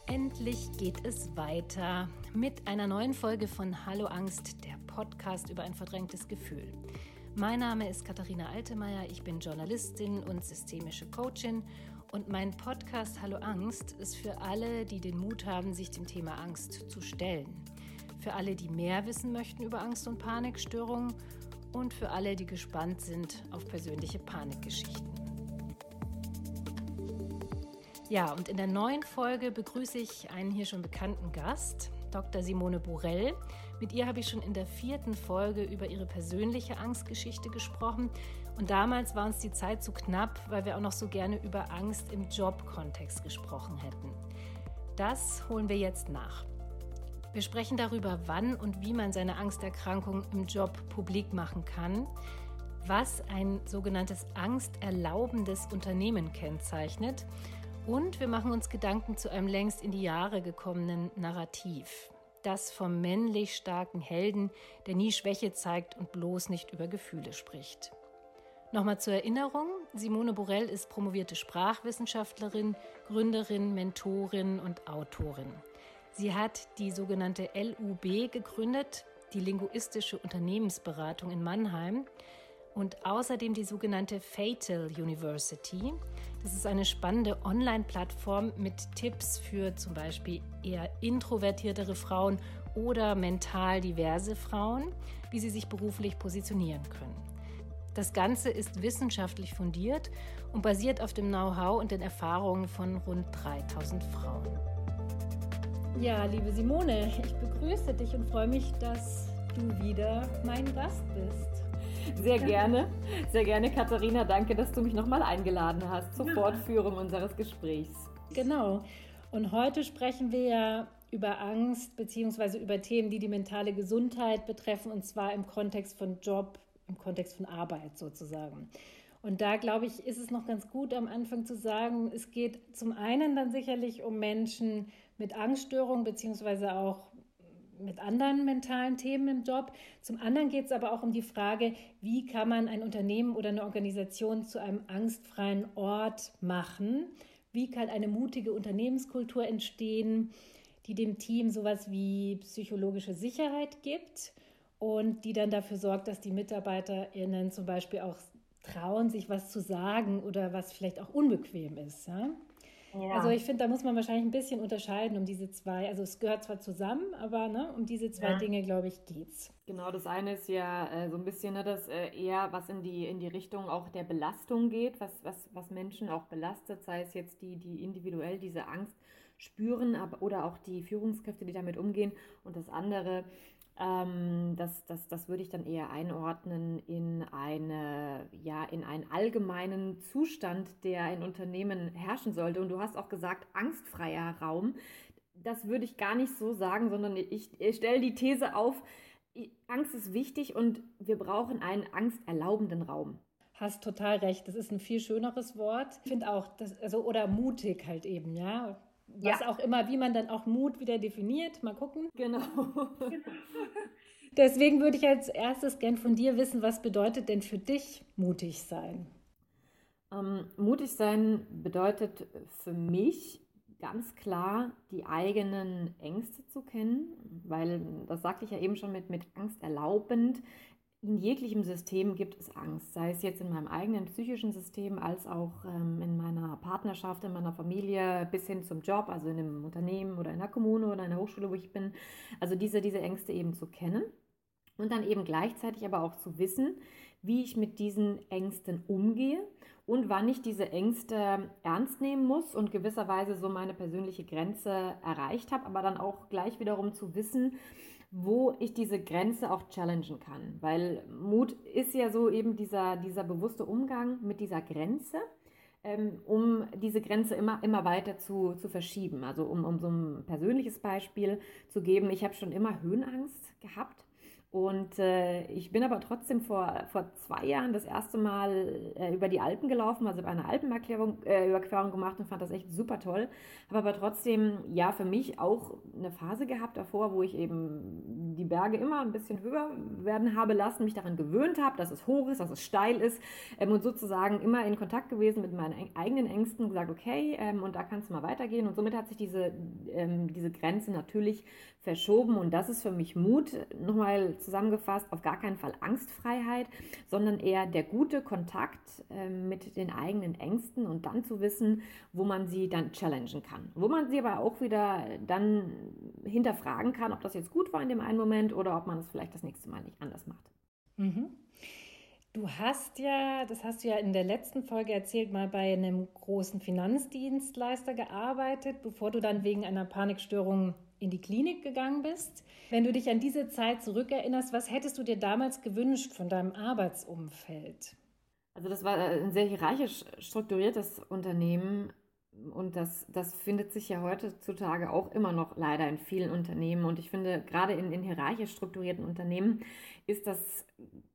Endlich geht es weiter mit einer neuen Folge von Hallo Angst, der Podcast über ein verdrängtes Gefühl. Mein Name ist Katharina Altemeyer, ich bin Journalistin und systemische Coachin und mein Podcast Hallo Angst ist für alle, die den Mut haben, sich dem Thema Angst zu stellen. Für alle, die mehr wissen möchten über Angst- und Panikstörungen und für alle, die gespannt sind auf persönliche Panikgeschichten. Ja, und in der neuen Folge begrüße ich einen hier schon bekannten Gast, Dr. Simone Borell. Mit ihr habe ich schon in der 4. Folge über ihre persönliche Angstgeschichte gesprochen. Und damals war uns die Zeit zu knapp, weil wir auch noch so gerne über Angst im Jobkontext gesprochen hätten. Das holen wir jetzt nach. Wir sprechen darüber, wann und wie man seine Angsterkrankung im Job publik machen kann, was ein sogenanntes angsterlaubendes Unternehmen kennzeichnet. Und wir machen uns Gedanken zu einem längst in die Jahre gekommenen Narrativ. Das vom männlich starken Helden, der nie Schwäche zeigt und bloß nicht über Gefühle spricht. Nochmal zur Erinnerung, Simone Borell ist promovierte Sprachwissenschaftlerin, Gründerin, Mentorin und Autorin. Sie hat die sogenannte LUB gegründet, die Linguistische Unternehmensberatung in Mannheim, und außerdem die sogenannte Fatal University. Das ist eine spannende Online-Plattform mit Tipps für zum Beispiel eher introvertiertere Frauen oder mental diverse Frauen, wie sie sich beruflich positionieren können. Das Ganze ist wissenschaftlich fundiert und basiert auf dem Know-how und den Erfahrungen von rund 3000 Frauen. Ja, liebe Simone, ich begrüße dich und freue mich, dass du wieder mein Gast bist. Sehr gerne, Katharina. Danke, dass du mich nochmal eingeladen hast zur Fortführung unseres Gesprächs. Genau. Und heute sprechen wir ja über Angst bzw. über Themen, die die mentale Gesundheit betreffen, und zwar im Kontext von Job, im Kontext von Arbeit sozusagen. Und da, glaube ich, ist es noch ganz gut am Anfang zu sagen, es geht zum einen dann sicherlich um Menschen mit Angststörungen bzw. auch mit anderen mentalen Themen im Job. Zum anderen geht es aber auch um die Frage, wie kann man ein Unternehmen oder eine Organisation zu einem angstfreien Ort machen? Wie kann eine mutige Unternehmenskultur entstehen, die dem Team sowas wie psychologische Sicherheit gibt und die dann dafür sorgt, dass die MitarbeiterInnen zum Beispiel auch trauen, sich was zu sagen oder was vielleicht auch unbequem ist, ja? Ja. Also ich finde, da muss man wahrscheinlich ein bisschen unterscheiden um diese zwei, also es gehört zwar zusammen, aber um diese zwei Dinge, glaube ich, geht's. Genau, das eine ist ja so ein bisschen, das eher was in die Richtung auch der Belastung geht, was Menschen auch belastet, sei es jetzt die individuell diese Angst spüren, oder auch die Führungskräfte, die damit umgehen. Und das andere, das würde ich dann eher einordnen in einen allgemeinen Zustand, der in Unternehmen herrschen sollte. Und du hast auch gesagt, angstfreier Raum. Das würde ich gar nicht so sagen, sondern ich stelle die These auf, Angst ist wichtig und wir brauchen einen angsterlaubenden Raum. Hast total recht, das ist ein viel schöneres Wort. Ich finde auch, oder mutig halt eben, ja. Was auch immer, wie man dann auch Mut wieder definiert, mal gucken. Genau. Deswegen würde ich als erstes gern von dir wissen, was bedeutet denn für dich mutig sein? Mutig sein bedeutet für mich ganz klar, die eigenen Ängste zu kennen, weil, das sagte ich ja eben schon mit angsterlaubend, in jeglichem System gibt es Angst, sei es jetzt in meinem eigenen psychischen System, als auch in meiner Partnerschaft, in meiner Familie, bis hin zum Job, also in einem Unternehmen oder in einer Kommune oder in einer Hochschule, wo ich bin. Also diese Ängste eben zu kennen und dann eben gleichzeitig aber auch zu wissen, wie ich mit diesen Ängsten umgehe und wann ich diese Ängste ernst nehmen muss und gewisserweise so meine persönliche Grenze erreicht habe, aber dann auch gleich wiederum zu wissen, wo ich diese Grenze auch challengen kann. Weil Mut ist ja so eben dieser bewusste Umgang mit dieser Grenze, um diese Grenze immer weiter zu verschieben. Also um so ein persönliches Beispiel zu geben, ich habe schon immer Höhenangst gehabt. Und ich bin aber trotzdem vor 2 Jahren das erste Mal über die Alpen gelaufen, also eine Alpenüberquerung gemacht und fand das echt super toll. Habe aber trotzdem, ja, für mich auch eine Phase gehabt davor, wo ich eben die Berge immer ein bisschen höher werden habe lassen, mich daran gewöhnt habe, dass es hoch ist, dass es steil ist und sozusagen immer in Kontakt gewesen mit meinen eigenen Ängsten, gesagt, okay, und da kannst du mal weitergehen. Und somit hat sich diese Grenze natürlich verschoben und das ist für mich Mut, nochmal zusammengefasst, auf gar keinen Fall Angstfreiheit, sondern eher der gute Kontakt mit den eigenen Ängsten und dann zu wissen, wo man sie dann challengen kann. Wo man sie aber auch wieder dann hinterfragen kann, ob das jetzt gut war in dem einen Moment oder ob man es vielleicht das nächste Mal nicht anders macht. Mhm. Du hast ja, das hast du ja in der letzten Folge erzählt, mal bei einem großen Finanzdienstleister gearbeitet, bevor du dann wegen einer Panikstörung in die Klinik gegangen bist. Wenn du dich an diese Zeit zurückerinnerst, was hättest du dir damals gewünscht von deinem Arbeitsumfeld? Also das war ein sehr hierarchisch strukturiertes Unternehmen und das findet sich ja heutzutage auch immer noch leider in vielen Unternehmen. Und ich finde, gerade in hierarchisch strukturierten Unternehmen ist das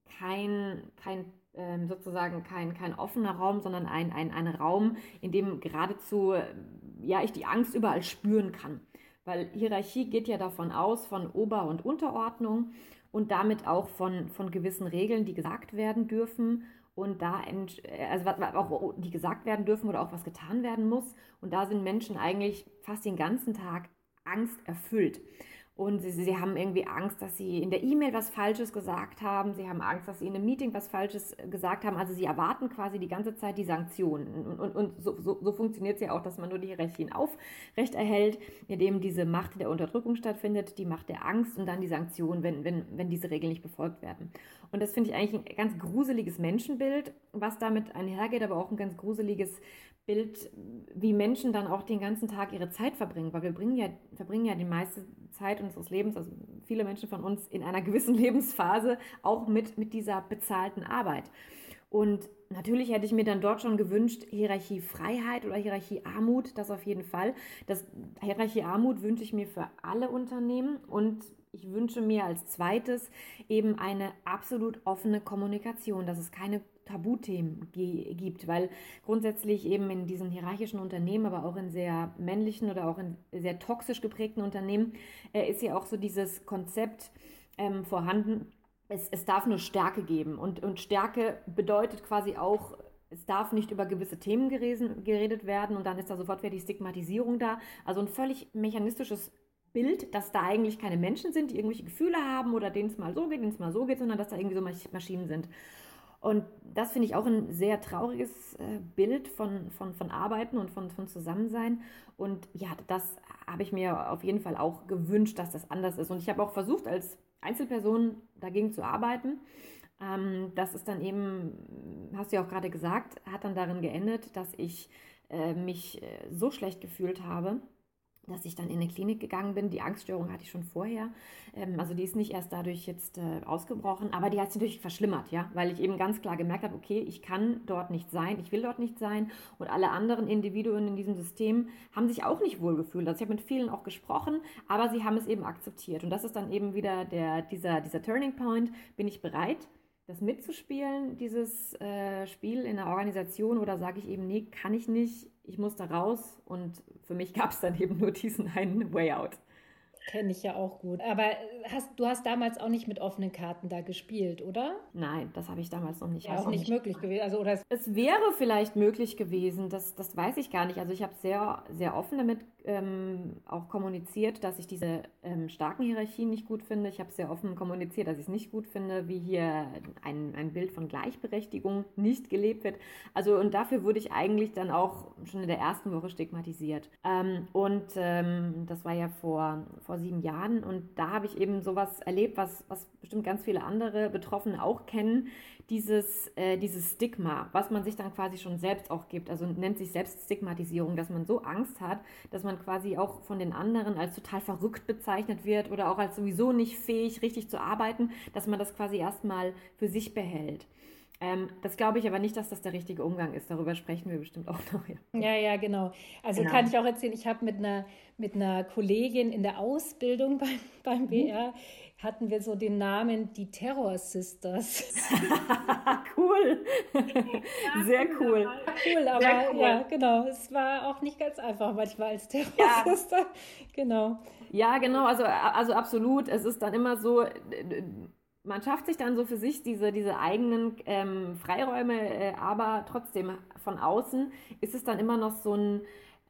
sozusagen kein offener Raum, sondern ein Raum, in dem geradezu ich die Angst überall spüren kann. Weil Hierarchie geht ja davon aus, von Ober- und Unterordnung und damit auch von gewissen Regeln, die gesagt werden dürfen und also auch die gesagt werden dürfen oder auch was getan werden muss. Und da sind Menschen eigentlich fast den ganzen Tag angsterfüllt. Und sie haben irgendwie Angst, dass sie in der E-Mail was Falsches gesagt haben. Sie haben Angst, dass sie in einem Meeting was Falsches gesagt haben. Also sie erwarten quasi die ganze Zeit die Sanktionen. Und so funktioniert es ja auch, dass man nur die Hierarchien aufrechterhält, indem diese Macht der Unterdrückung stattfindet, die Macht der Angst und dann die Sanktionen, wenn diese Regeln nicht befolgt werden. Und das finde ich eigentlich ein ganz gruseliges Menschenbild, was damit einhergeht, aber auch ein ganz gruseliges Bild, wie Menschen dann auch den ganzen Tag ihre Zeit verbringen, weil wir verbringen ja die meiste Zeit unseres Lebens, also viele Menschen von uns in einer gewissen Lebensphase auch mit dieser bezahlten Arbeit. Und natürlich hätte ich mir dann dort schon gewünscht, Hierarchiefreiheit oder Hierarchiearmut, das auf jeden Fall. Das Hierarchiearmut wünsche ich mir für alle Unternehmen und ich wünsche mir als zweites eben eine absolut offene Kommunikation, dass es keine Tabuthemen gibt, weil grundsätzlich eben in diesen hierarchischen Unternehmen, aber auch in sehr männlichen oder auch in sehr toxisch geprägten Unternehmen ist ja auch so dieses Konzept vorhanden, es darf nur Stärke geben und Stärke bedeutet quasi auch, es darf nicht über gewisse Themen geredet werden und dann ist da sofort wieder die Stigmatisierung da. Also ein völlig mechanistisches Bild, dass da eigentlich keine Menschen sind, die irgendwelche Gefühle haben oder denen es mal so geht, denen es mal so geht, sondern dass da irgendwie so Maschinen sind. Und das finde ich auch ein sehr trauriges Bild von Arbeiten und von Zusammensein. Und ja, das habe ich mir auf jeden Fall auch gewünscht, dass das anders ist. Und ich habe auch versucht, als Einzelperson dagegen zu arbeiten. Das ist dann eben, hast du ja auch gerade gesagt, hat dann darin geendet, dass ich mich so schlecht gefühlt habe, dass ich dann in eine Klinik gegangen bin. Die Angststörung hatte ich schon vorher. Also die ist nicht erst dadurch jetzt ausgebrochen, aber die hat sich natürlich verschlimmert, ja, weil ich eben ganz klar gemerkt habe, okay, ich kann dort nicht sein, ich will dort nicht sein und alle anderen Individuen in diesem System haben sich auch nicht wohlgefühlt. Also ich habe mit vielen auch gesprochen, aber sie haben es eben akzeptiert und das ist dann eben wieder dieser Turning Point. Bin ich bereit, das mitzuspielen, dieses Spiel in einer Organisation oder sage ich eben, nee, kann ich nicht, ich muss da raus und für mich gab es dann eben nur diesen einen Way out. Kenne ich ja auch gut. Aber du hast damals auch nicht mit offenen Karten da gespielt, oder? Nein, das habe ich damals noch nicht. Ja, auch nicht möglich gewesen. Also, oder es wäre vielleicht möglich gewesen, das weiß ich gar nicht. Also ich habe sehr, sehr offen damit auch kommuniziert, dass ich diese starken Hierarchien nicht gut finde. Ich habe sehr offen kommuniziert, dass ich es nicht gut finde, wie hier ein Bild von Gleichberechtigung nicht gelebt wird. Also und dafür wurde ich eigentlich dann auch schon in der ersten Woche stigmatisiert. Das war ja vor 7 Jahren und da habe ich eben sowas erlebt, was bestimmt ganz viele andere Betroffene auch kennen, dieses Stigma, was man sich dann quasi schon selbst auch gibt, also nennt sich Selbststigmatisierung, dass man so Angst hat, dass man quasi auch von den anderen als total verrückt bezeichnet wird oder auch als sowieso nicht fähig, richtig zu arbeiten, dass man das quasi erstmal für sich behält. Das glaube ich aber nicht, dass das der richtige Umgang ist. Darüber sprechen wir bestimmt auch noch. Ja, genau. Also kann ich auch erzählen, ich habe mit einer Kollegin in der Ausbildung beim BR, hatten wir so den Namen die Terror Sisters. Cool. Sehr cool. Cool, aber Sehr cool. ja, genau. Es war auch nicht ganz einfach manchmal als Terror Sister. Genau. Ja, genau. Also absolut. Es ist dann immer so, man schafft sich dann so für sich diese eigenen Freiräume, aber trotzdem von außen ist es dann immer noch so ein,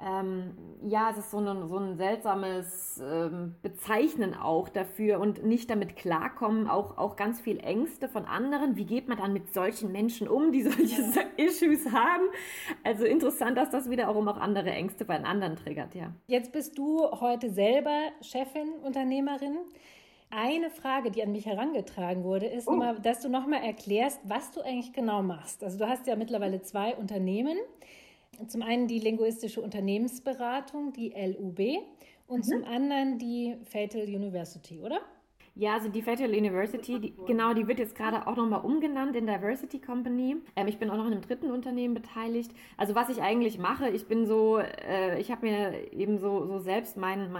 es ist so ein seltsames Bezeichnen auch dafür und nicht damit klarkommen, auch ganz viel Ängste von anderen. Wie geht man dann mit solchen Menschen um, die solche Issues haben? Also interessant, dass das wiederum auch andere Ängste bei den anderen triggert, ja. Jetzt bist du heute selber Chefin, Unternehmerin. Eine Frage, die an mich herangetragen wurde, ist, dass du nochmal erklärst, was du eigentlich genau machst. Also du hast ja mittlerweile 2 Unternehmen. Zum einen die linguistische Unternehmensberatung, die LUB, und zum anderen die Fatal University, oder? Ja, also die Fatal University, die wird jetzt gerade auch nochmal umgenannt in Diversity Company. Ich bin auch noch in einem 3. Unternehmen beteiligt. Also was ich eigentlich mache, ich habe mir eben so selbst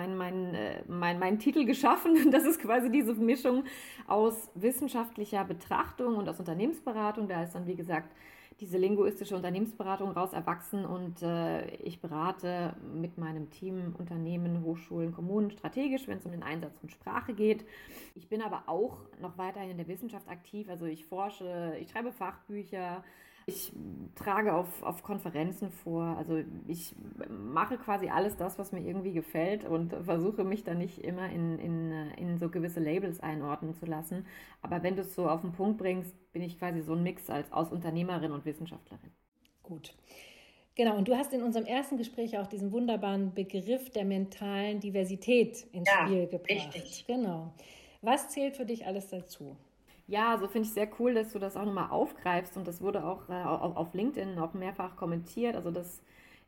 meinen Titel geschaffen. Das ist quasi diese Mischung aus wissenschaftlicher Betrachtung und aus Unternehmensberatung. Da ist dann, wie gesagt, diese linguistische Unternehmensberatung raus erwachsen und ich berate mit meinem Team Unternehmen, Hochschulen, Kommunen strategisch, wenn es um den Einsatz von Sprache geht. Ich bin aber auch noch weiterhin in der Wissenschaft aktiv, also ich forsche, ich schreibe Fachbücher, ich trage auf Konferenzen vor, also ich mache quasi alles das, was mir irgendwie gefällt und versuche mich da nicht immer in so gewisse Labels einordnen zu lassen. Aber wenn du es so auf den Punkt bringst, bin ich quasi so ein Mix aus Unternehmerin und Wissenschaftlerin. Gut. Genau, und du hast in unserem ersten Gespräch auch diesen wunderbaren Begriff der mentalen Diversität ins Spiel gebracht. Richtig. Genau. Was zählt für dich alles dazu? Ja, so finde ich sehr cool, dass du das auch nochmal aufgreifst und das wurde auch auf LinkedIn auch mehrfach kommentiert. Also das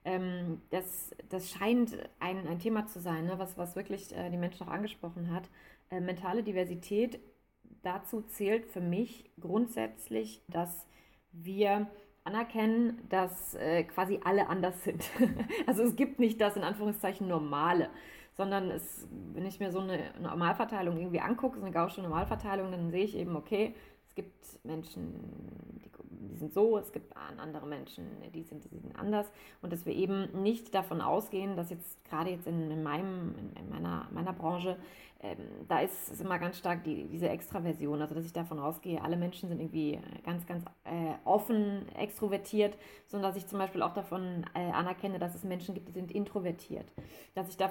scheint ein Thema zu sein, ne, was wirklich die Menschen auch angesprochen hat. Mentale Diversität, dazu zählt für mich grundsätzlich, dass wir anerkennen, dass quasi alle anders sind. Also es gibt nicht das in Anführungszeichen Normale, sondern wenn ich mir so eine Normalverteilung irgendwie angucke, so eine gaußsche Normalverteilung, dann sehe ich eben, okay, es gibt Menschen, die sind so, es gibt andere Menschen, die sind anders und dass wir eben nicht davon ausgehen, dass jetzt gerade jetzt in meiner Branche, da ist es immer ganz stark diese Extraversion, also dass ich davon ausgehe, alle Menschen sind irgendwie ganz, ganz offen, extrovertiert, sondern dass ich zum Beispiel auch davon anerkenne, dass es Menschen gibt, die sind introvertiert. Dass ich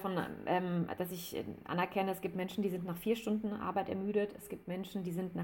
anerkenne, es gibt Menschen, die sind nach 4 Stunden Arbeit ermüdet, es gibt Menschen, die sind nach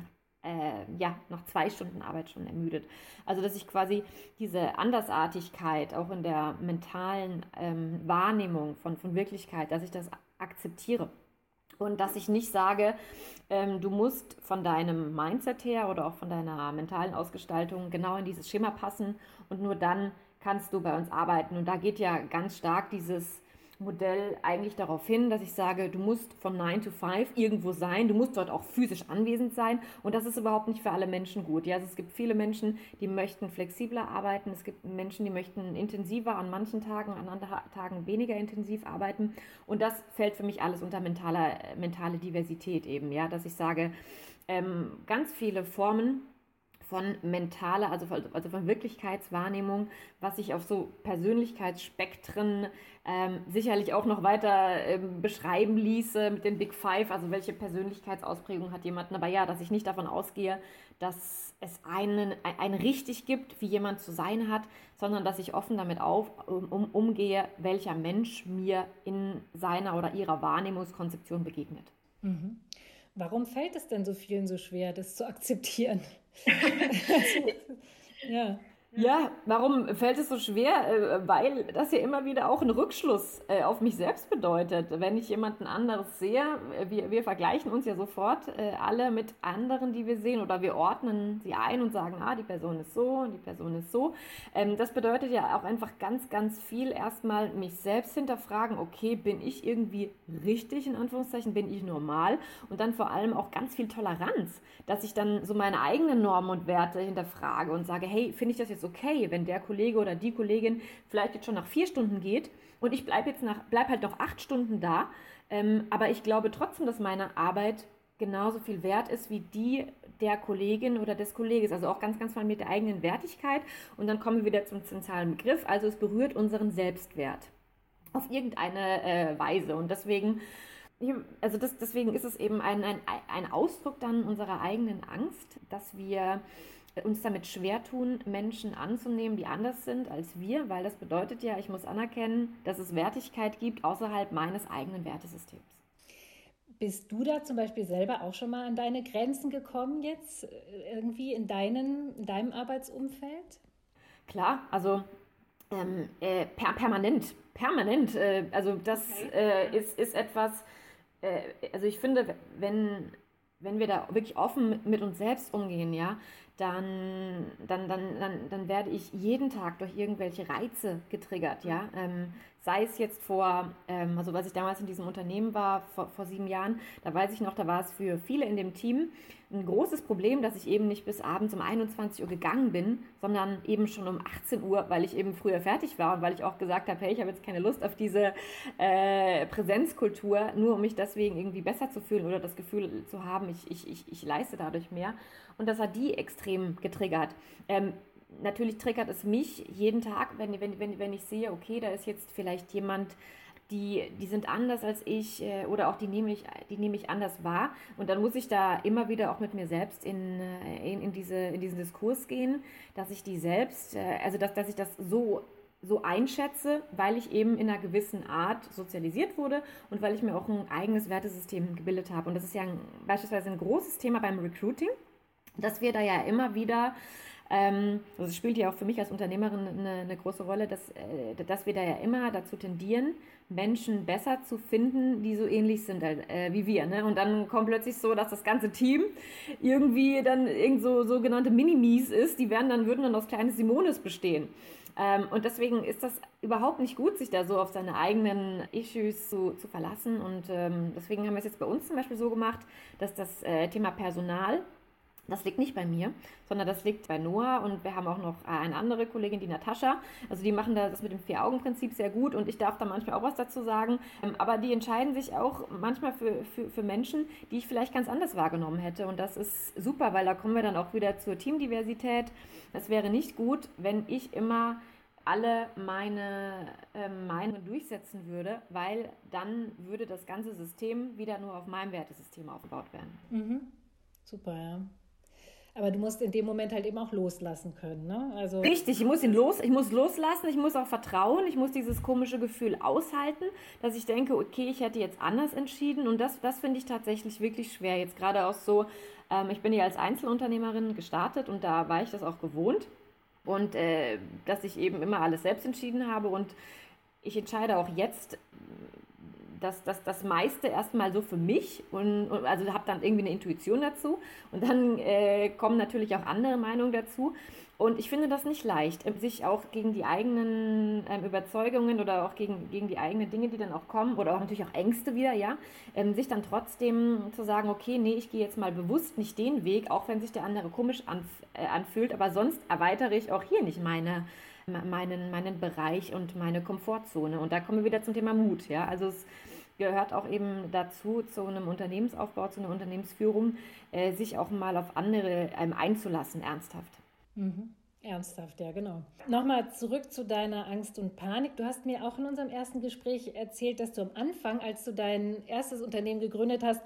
2 Stunden Arbeit schon ermüdet. Also dass ich quasi diese Andersartigkeit auch in der mentalen Wahrnehmung von Wirklichkeit, dass ich das akzeptiere. Und dass ich nicht sage, du musst von deinem Mindset her oder auch von deiner mentalen Ausgestaltung genau in dieses Schema passen und nur dann kannst du bei uns arbeiten. Und da geht ja ganz stark dieses Modell eigentlich darauf hin, dass ich sage, du musst von 9 to 5 irgendwo sein, du musst dort auch physisch anwesend sein und das ist überhaupt nicht für alle Menschen gut. Ja, also es gibt viele Menschen, die möchten flexibler arbeiten, es gibt Menschen, die möchten intensiver an manchen Tagen, an anderen Tagen weniger intensiv arbeiten und das fällt für mich alles unter mentale Diversität eben, ja, dass ich sage, ganz viele Formen von mentaler, also von Wirklichkeitswahrnehmung, was sich auf so Persönlichkeitsspektren sicherlich auch noch weiter beschreiben ließe mit den Big Five, also welche Persönlichkeitsausprägung hat jemand, aber ja, dass ich nicht davon ausgehe, dass es ein richtig gibt, wie jemand zu sein hat, sondern dass ich offen damit umgehe, welcher Mensch mir in seiner oder ihrer Wahrnehmungskonzeption begegnet. Mhm. Warum fällt es denn so vielen so schwer, das zu akzeptieren? Ja. Ja, warum fällt es so schwer? Weil das ja immer wieder auch einen Rückschluss auf mich selbst bedeutet. Wenn ich jemanden anderes sehe, wir vergleichen uns ja sofort alle mit anderen, die wir sehen, oder wir ordnen sie ein und sagen, die Person ist so und die Person ist so. Das bedeutet ja auch einfach ganz, ganz viel erstmal mich selbst hinterfragen, okay, bin ich irgendwie richtig, in Anführungszeichen, bin ich normal? Und dann vor allem auch ganz viel Toleranz, dass ich dann so meine eigenen Normen und Werte hinterfrage und sage, hey, finde ich das jetzt okay, wenn der Kollege oder die Kollegin vielleicht jetzt schon nach 4 Stunden geht und ich bleib halt noch 8 Stunden da, aber ich glaube trotzdem, dass meine Arbeit genauso viel wert ist wie die der Kollegin oder des Kollegen. Also auch ganz, ganz viel mit der eigenen Wertigkeit. Und dann kommen wir wieder zum zentralen Begriff. Also es berührt unseren Selbstwert auf irgendeine Weise. Und deswegen ist es eben ein Ausdruck dann unserer eigenen Angst, dass wir uns damit schwer tun, Menschen anzunehmen, die anders sind als wir, weil das bedeutet ja, ich muss anerkennen, dass es Wertigkeit gibt außerhalb meines eigenen Wertesystems. Bist du da zum Beispiel selber auch schon mal an deine Grenzen gekommen jetzt irgendwie in deinem Arbeitsumfeld? Klar, also permanent. Also das ist etwas, also ich finde, wenn wir da wirklich offen mit uns selbst umgehen, ja, dann werde ich jeden Tag durch irgendwelche Reize getriggert, ja. Sei es jetzt also was ich damals in diesem Unternehmen war, vor 7 Jahren, da weiß ich noch, da war es für viele in dem Team ein großes Problem, dass ich eben nicht bis abends um 21 Uhr gegangen bin, sondern eben schon um 18 Uhr, weil ich eben früher fertig war und weil ich auch gesagt habe, hey, ich habe jetzt keine Lust auf diese Präsenzkultur, nur um mich deswegen irgendwie besser zu fühlen oder das Gefühl zu haben, ich leiste dadurch mehr. Und das hat die extrem getriggert. Natürlich triggert es mich jeden Tag, wenn ich sehe, okay, da ist jetzt vielleicht jemand, die sind anders als ich oder auch die nehme ich anders wahr. Und dann muss ich da immer wieder auch mit mir selbst in diesen Diskurs gehen, dass ich die selbst, also dass ich das so einschätze, weil ich eben in einer gewissen Art sozialisiert wurde und weil ich mir auch ein eigenes Wertesystem gebildet habe. Und das ist ja beispielsweise ein großes Thema beim Recruiting, dass wir da ja immer wieder, also es spielt ja auch für mich als Unternehmerin eine große Rolle, dass wir da ja immer dazu tendieren, Menschen besser zu finden, die so ähnlich sind wie wir. Ne? Und dann kommt plötzlich so, dass das ganze Team irgendwie dann irgend so sogenannte Minimis ist, würden dann aus kleinen Simones bestehen. Und deswegen ist das überhaupt nicht gut, sich da so auf seine eigenen Issues zu verlassen. Und deswegen haben wir es jetzt bei uns zum Beispiel so gemacht, dass das Thema Personal, das liegt nicht bei mir, sondern das liegt bei Noah und wir haben auch noch eine andere Kollegin, die Natascha. Also die machen das mit dem 4-Augen-Prinzip sehr gut und ich darf da manchmal auch was dazu sagen. Aber die entscheiden sich auch manchmal für Menschen, die ich vielleicht ganz anders wahrgenommen hätte. Und das ist super, weil da kommen wir dann auch wieder zur Teamdiversität. Es wäre nicht gut, wenn ich immer alle meine Meinungen durchsetzen würde, weil dann würde das ganze System wieder nur auf meinem Wertesystem aufgebaut werden. Mhm. Super, ja. Aber du musst in dem Moment halt eben auch loslassen können, ne? Also richtig, ich muss loslassen, ich muss auch vertrauen, ich muss dieses komische Gefühl aushalten, dass ich denke, okay, ich hätte jetzt anders entschieden und das finde ich tatsächlich wirklich schwer. Jetzt gerade auch so, ich bin ja als Einzelunternehmerin gestartet und da war ich das auch gewohnt und dass ich eben immer alles selbst entschieden habe und ich entscheide auch jetzt das meiste erstmal so für mich und also habe dann irgendwie eine Intuition dazu und dann kommen natürlich auch andere Meinungen dazu und ich finde das nicht leicht, sich auch gegen die eigenen Überzeugungen oder auch gegen die eigenen Dinge, die dann auch kommen oder auch natürlich auch Ängste wieder, ja, sich dann trotzdem zu sagen, okay, nee, ich gehe jetzt mal bewusst nicht den Weg, auch wenn sich der andere komisch anfühlt, aber sonst erweitere ich auch hier nicht meinen Bereich und meine Komfortzone. Und da kommen wir wieder zum Thema Mut. Ja? Also es gehört auch eben dazu, zu einem Unternehmensaufbau, zu einer Unternehmensführung, sich auch mal auf andere einzulassen, ernsthaft. Mhm. Ernsthaft, ja, genau. Nochmal zurück zu deiner Angst und Panik. Du hast mir auch in unserem ersten Gespräch erzählt, dass du am Anfang, als du dein erstes Unternehmen gegründet hast,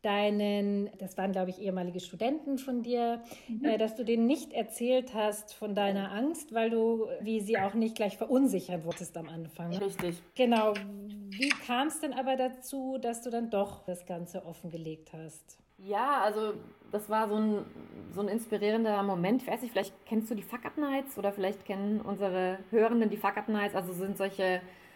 das waren, glaube ich, ehemalige Studenten von dir, dass du denen nicht erzählt hast von deiner Angst, weil du, wie sie auch nicht gleich verunsichern wolltest am Anfang. Richtig. Genau. Wie kam es denn aber dazu, dass du dann doch das Ganze offengelegt hast? Ja, also das war so ein inspirierender Moment. Ich weiß nicht, vielleicht kennst du die Fuck-Up-Nights oder vielleicht kennen unsere Hörenden die Fuck-Up-Nights. Also sind solche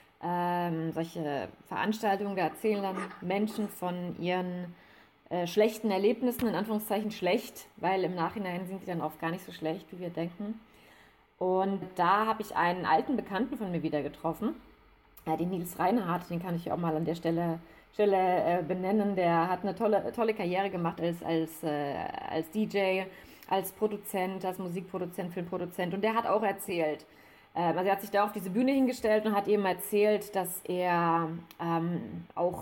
Veranstaltungen, da erzählen dann Menschen von ihren schlechten Erlebnissen, in Anführungszeichen schlecht, weil im Nachhinein sind die dann oft gar nicht so schlecht, wie wir denken. Und da habe ich einen alten Bekannten von mir wieder getroffen, den Nils Reinhardt, den kann ich auch mal an der Stelle benennen. Der hat eine tolle Karriere gemacht als DJ, als Produzent, als Musikproduzent, Filmproduzent. Und der hat auch erzählt, also er hat sich da auf diese Bühne hingestellt und hat eben erzählt, dass er auch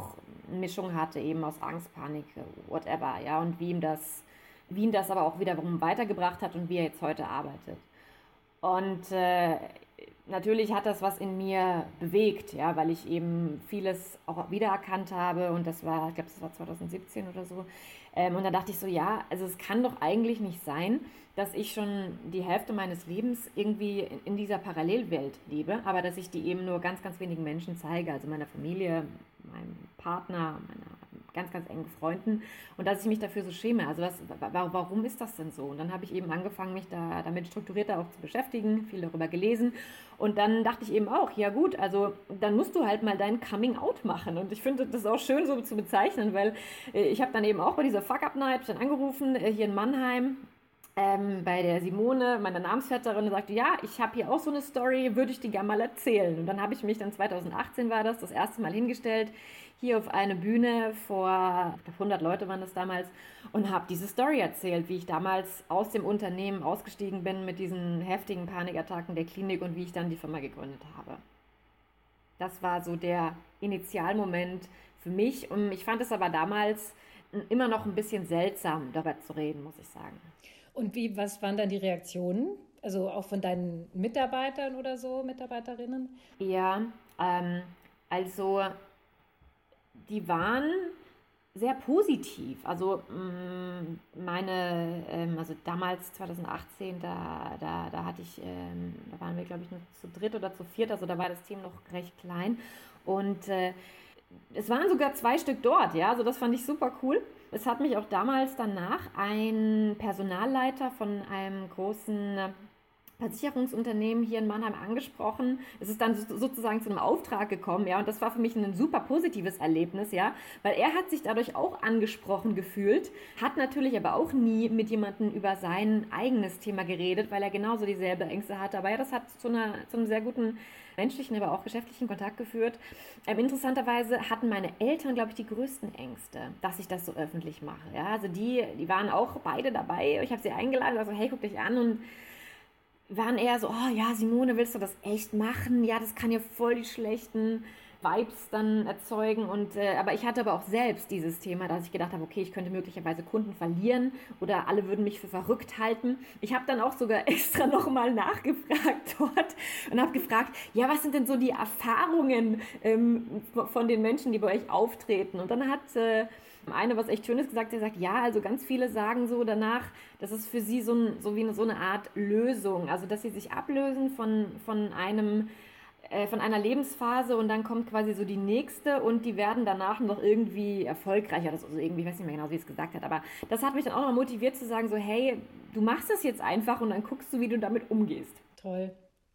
Mischung hatte, eben aus Angst, Panik, whatever, ja, und wie ihn das aber auch wiederum weitergebracht hat und wie er jetzt heute arbeitet. Und natürlich hat das was in mir bewegt, ja, weil ich eben vieles auch wiedererkannt habe und ich glaube, das war 2017 oder so. Und da dachte ich so, ja, also es kann doch eigentlich nicht sein, dass ich schon die Hälfte meines Lebens irgendwie in dieser Parallelwelt lebe, aber dass ich die eben nur ganz, ganz wenigen Menschen zeige, also meiner Familie, meinem Partner, meiner ganz, ganz engen Freunden und dass ich mich dafür so schäme. Also warum ist das denn so? Und dann habe ich eben angefangen, mich damit strukturierter auch zu beschäftigen, viel darüber gelesen und dann dachte ich eben auch, ja gut, also dann musst du halt mal dein Coming-out machen und ich finde das auch schön so zu bezeichnen, weil ich habe dann eben auch bei dieser Fuck-Up-Night dann angerufen, hier in Mannheim, bei der Simone, meiner Namensvetterin, und sagte, ja, ich habe hier auch so eine Story, würde ich die gerne mal erzählen. Und dann habe ich mich dann 2018 war das erste Mal hingestellt, hier auf eine Bühne vor 100 Leute waren das damals und habe diese Story erzählt, wie ich damals aus dem Unternehmen ausgestiegen bin mit diesen heftigen Panikattacken der Klinik und wie ich dann die Firma gegründet habe. Das war so der Initialmoment für mich und ich fand es aber damals immer noch ein bisschen seltsam, darüber zu reden, muss ich sagen. Und was waren dann die Reaktionen? Also auch von deinen Mitarbeitern oder so, Mitarbeiterinnen? Ja, also die waren sehr positiv. Also also damals 2018, da hatte ich, da waren wir glaube ich nur zu dritt oder zu viert, also da war das Team noch recht klein und es waren sogar 2 Stück dort, ja, also das fand ich super cool. Es hat mich auch damals danach ein Personalleiter von einem großen Versicherungsunternehmen hier in Mannheim angesprochen. Es ist dann sozusagen zu einem Auftrag gekommen, ja, und das war für mich ein super positives Erlebnis, ja, weil er hat sich dadurch auch angesprochen gefühlt, hat natürlich aber auch nie mit jemandem über sein eigenes Thema geredet, weil er genauso dieselbe Ängste hatte, aber ja, das hat zu einem sehr guten menschlichen, aber auch geschäftlichen Kontakt geführt. Interessanterweise hatten meine Eltern, glaube ich, die größten Ängste, dass ich das so öffentlich mache, ja, also die waren auch beide dabei, ich habe sie eingeladen, also hey, guck dich an und waren eher so, oh ja, Simone, willst du das echt machen? Ja, das kann ja voll die schlechten Vibes dann erzeugen. Aber ich hatte aber auch selbst dieses Thema, dass ich gedacht habe, okay, ich könnte möglicherweise Kunden verlieren oder alle würden mich für verrückt halten. Ich habe dann auch sogar extra nochmal nachgefragt dort und habe gefragt, ja, was sind denn so die Erfahrungen von den Menschen, die bei euch auftreten? Und dann hat eine was echt Schönes gesagt, sie sagt, ja, also ganz viele sagen so danach, das ist für sie so eine Art Lösung, also dass sie sich ablösen von einer Lebensphase und dann kommt quasi so die nächste und die werden danach noch irgendwie erfolgreicher, also irgendwie, ich weiß nicht mehr genau, wie es gesagt hat, aber das hat mich dann auch noch motiviert zu sagen so, hey, du machst das jetzt einfach und dann guckst du, wie du damit umgehst. Toll.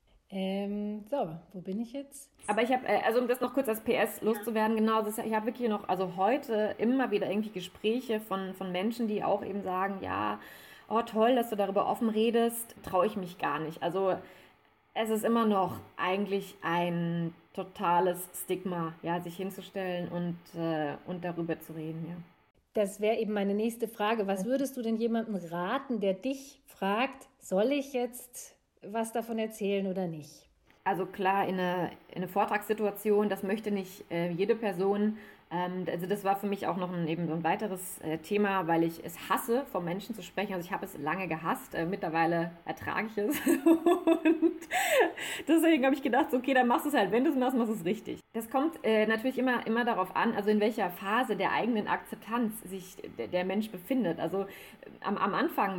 So, wo bin ich jetzt? Aber ich habe, also um das noch kurz als PS loszuwerden, genau, ich habe wirklich noch, also heute immer wieder irgendwie Gespräche von Menschen, die auch eben sagen, ja, oh toll, dass du darüber offen redest, traue ich mich gar nicht. Also es ist immer noch eigentlich ein totales Stigma, ja, sich hinzustellen und darüber zu reden, ja. Das wäre eben meine nächste Frage. Was würdest du denn jemandem raten, der dich fragt, soll ich jetzt was davon erzählen oder nicht? Also klar, in eine Vortragssituation, das möchte nicht jede Person. Also das war für mich auch noch eben so ein weiteres Thema, weil ich es hasse, vor Menschen zu sprechen. Also ich habe es lange gehasst, mittlerweile ertrage ich es. Und deswegen habe ich gedacht, okay, dann machst du es halt, wenn du es machst, machst du es richtig. Das kommt natürlich immer darauf an, also in welcher Phase der eigenen Akzeptanz sich der Mensch befindet. Also am Anfang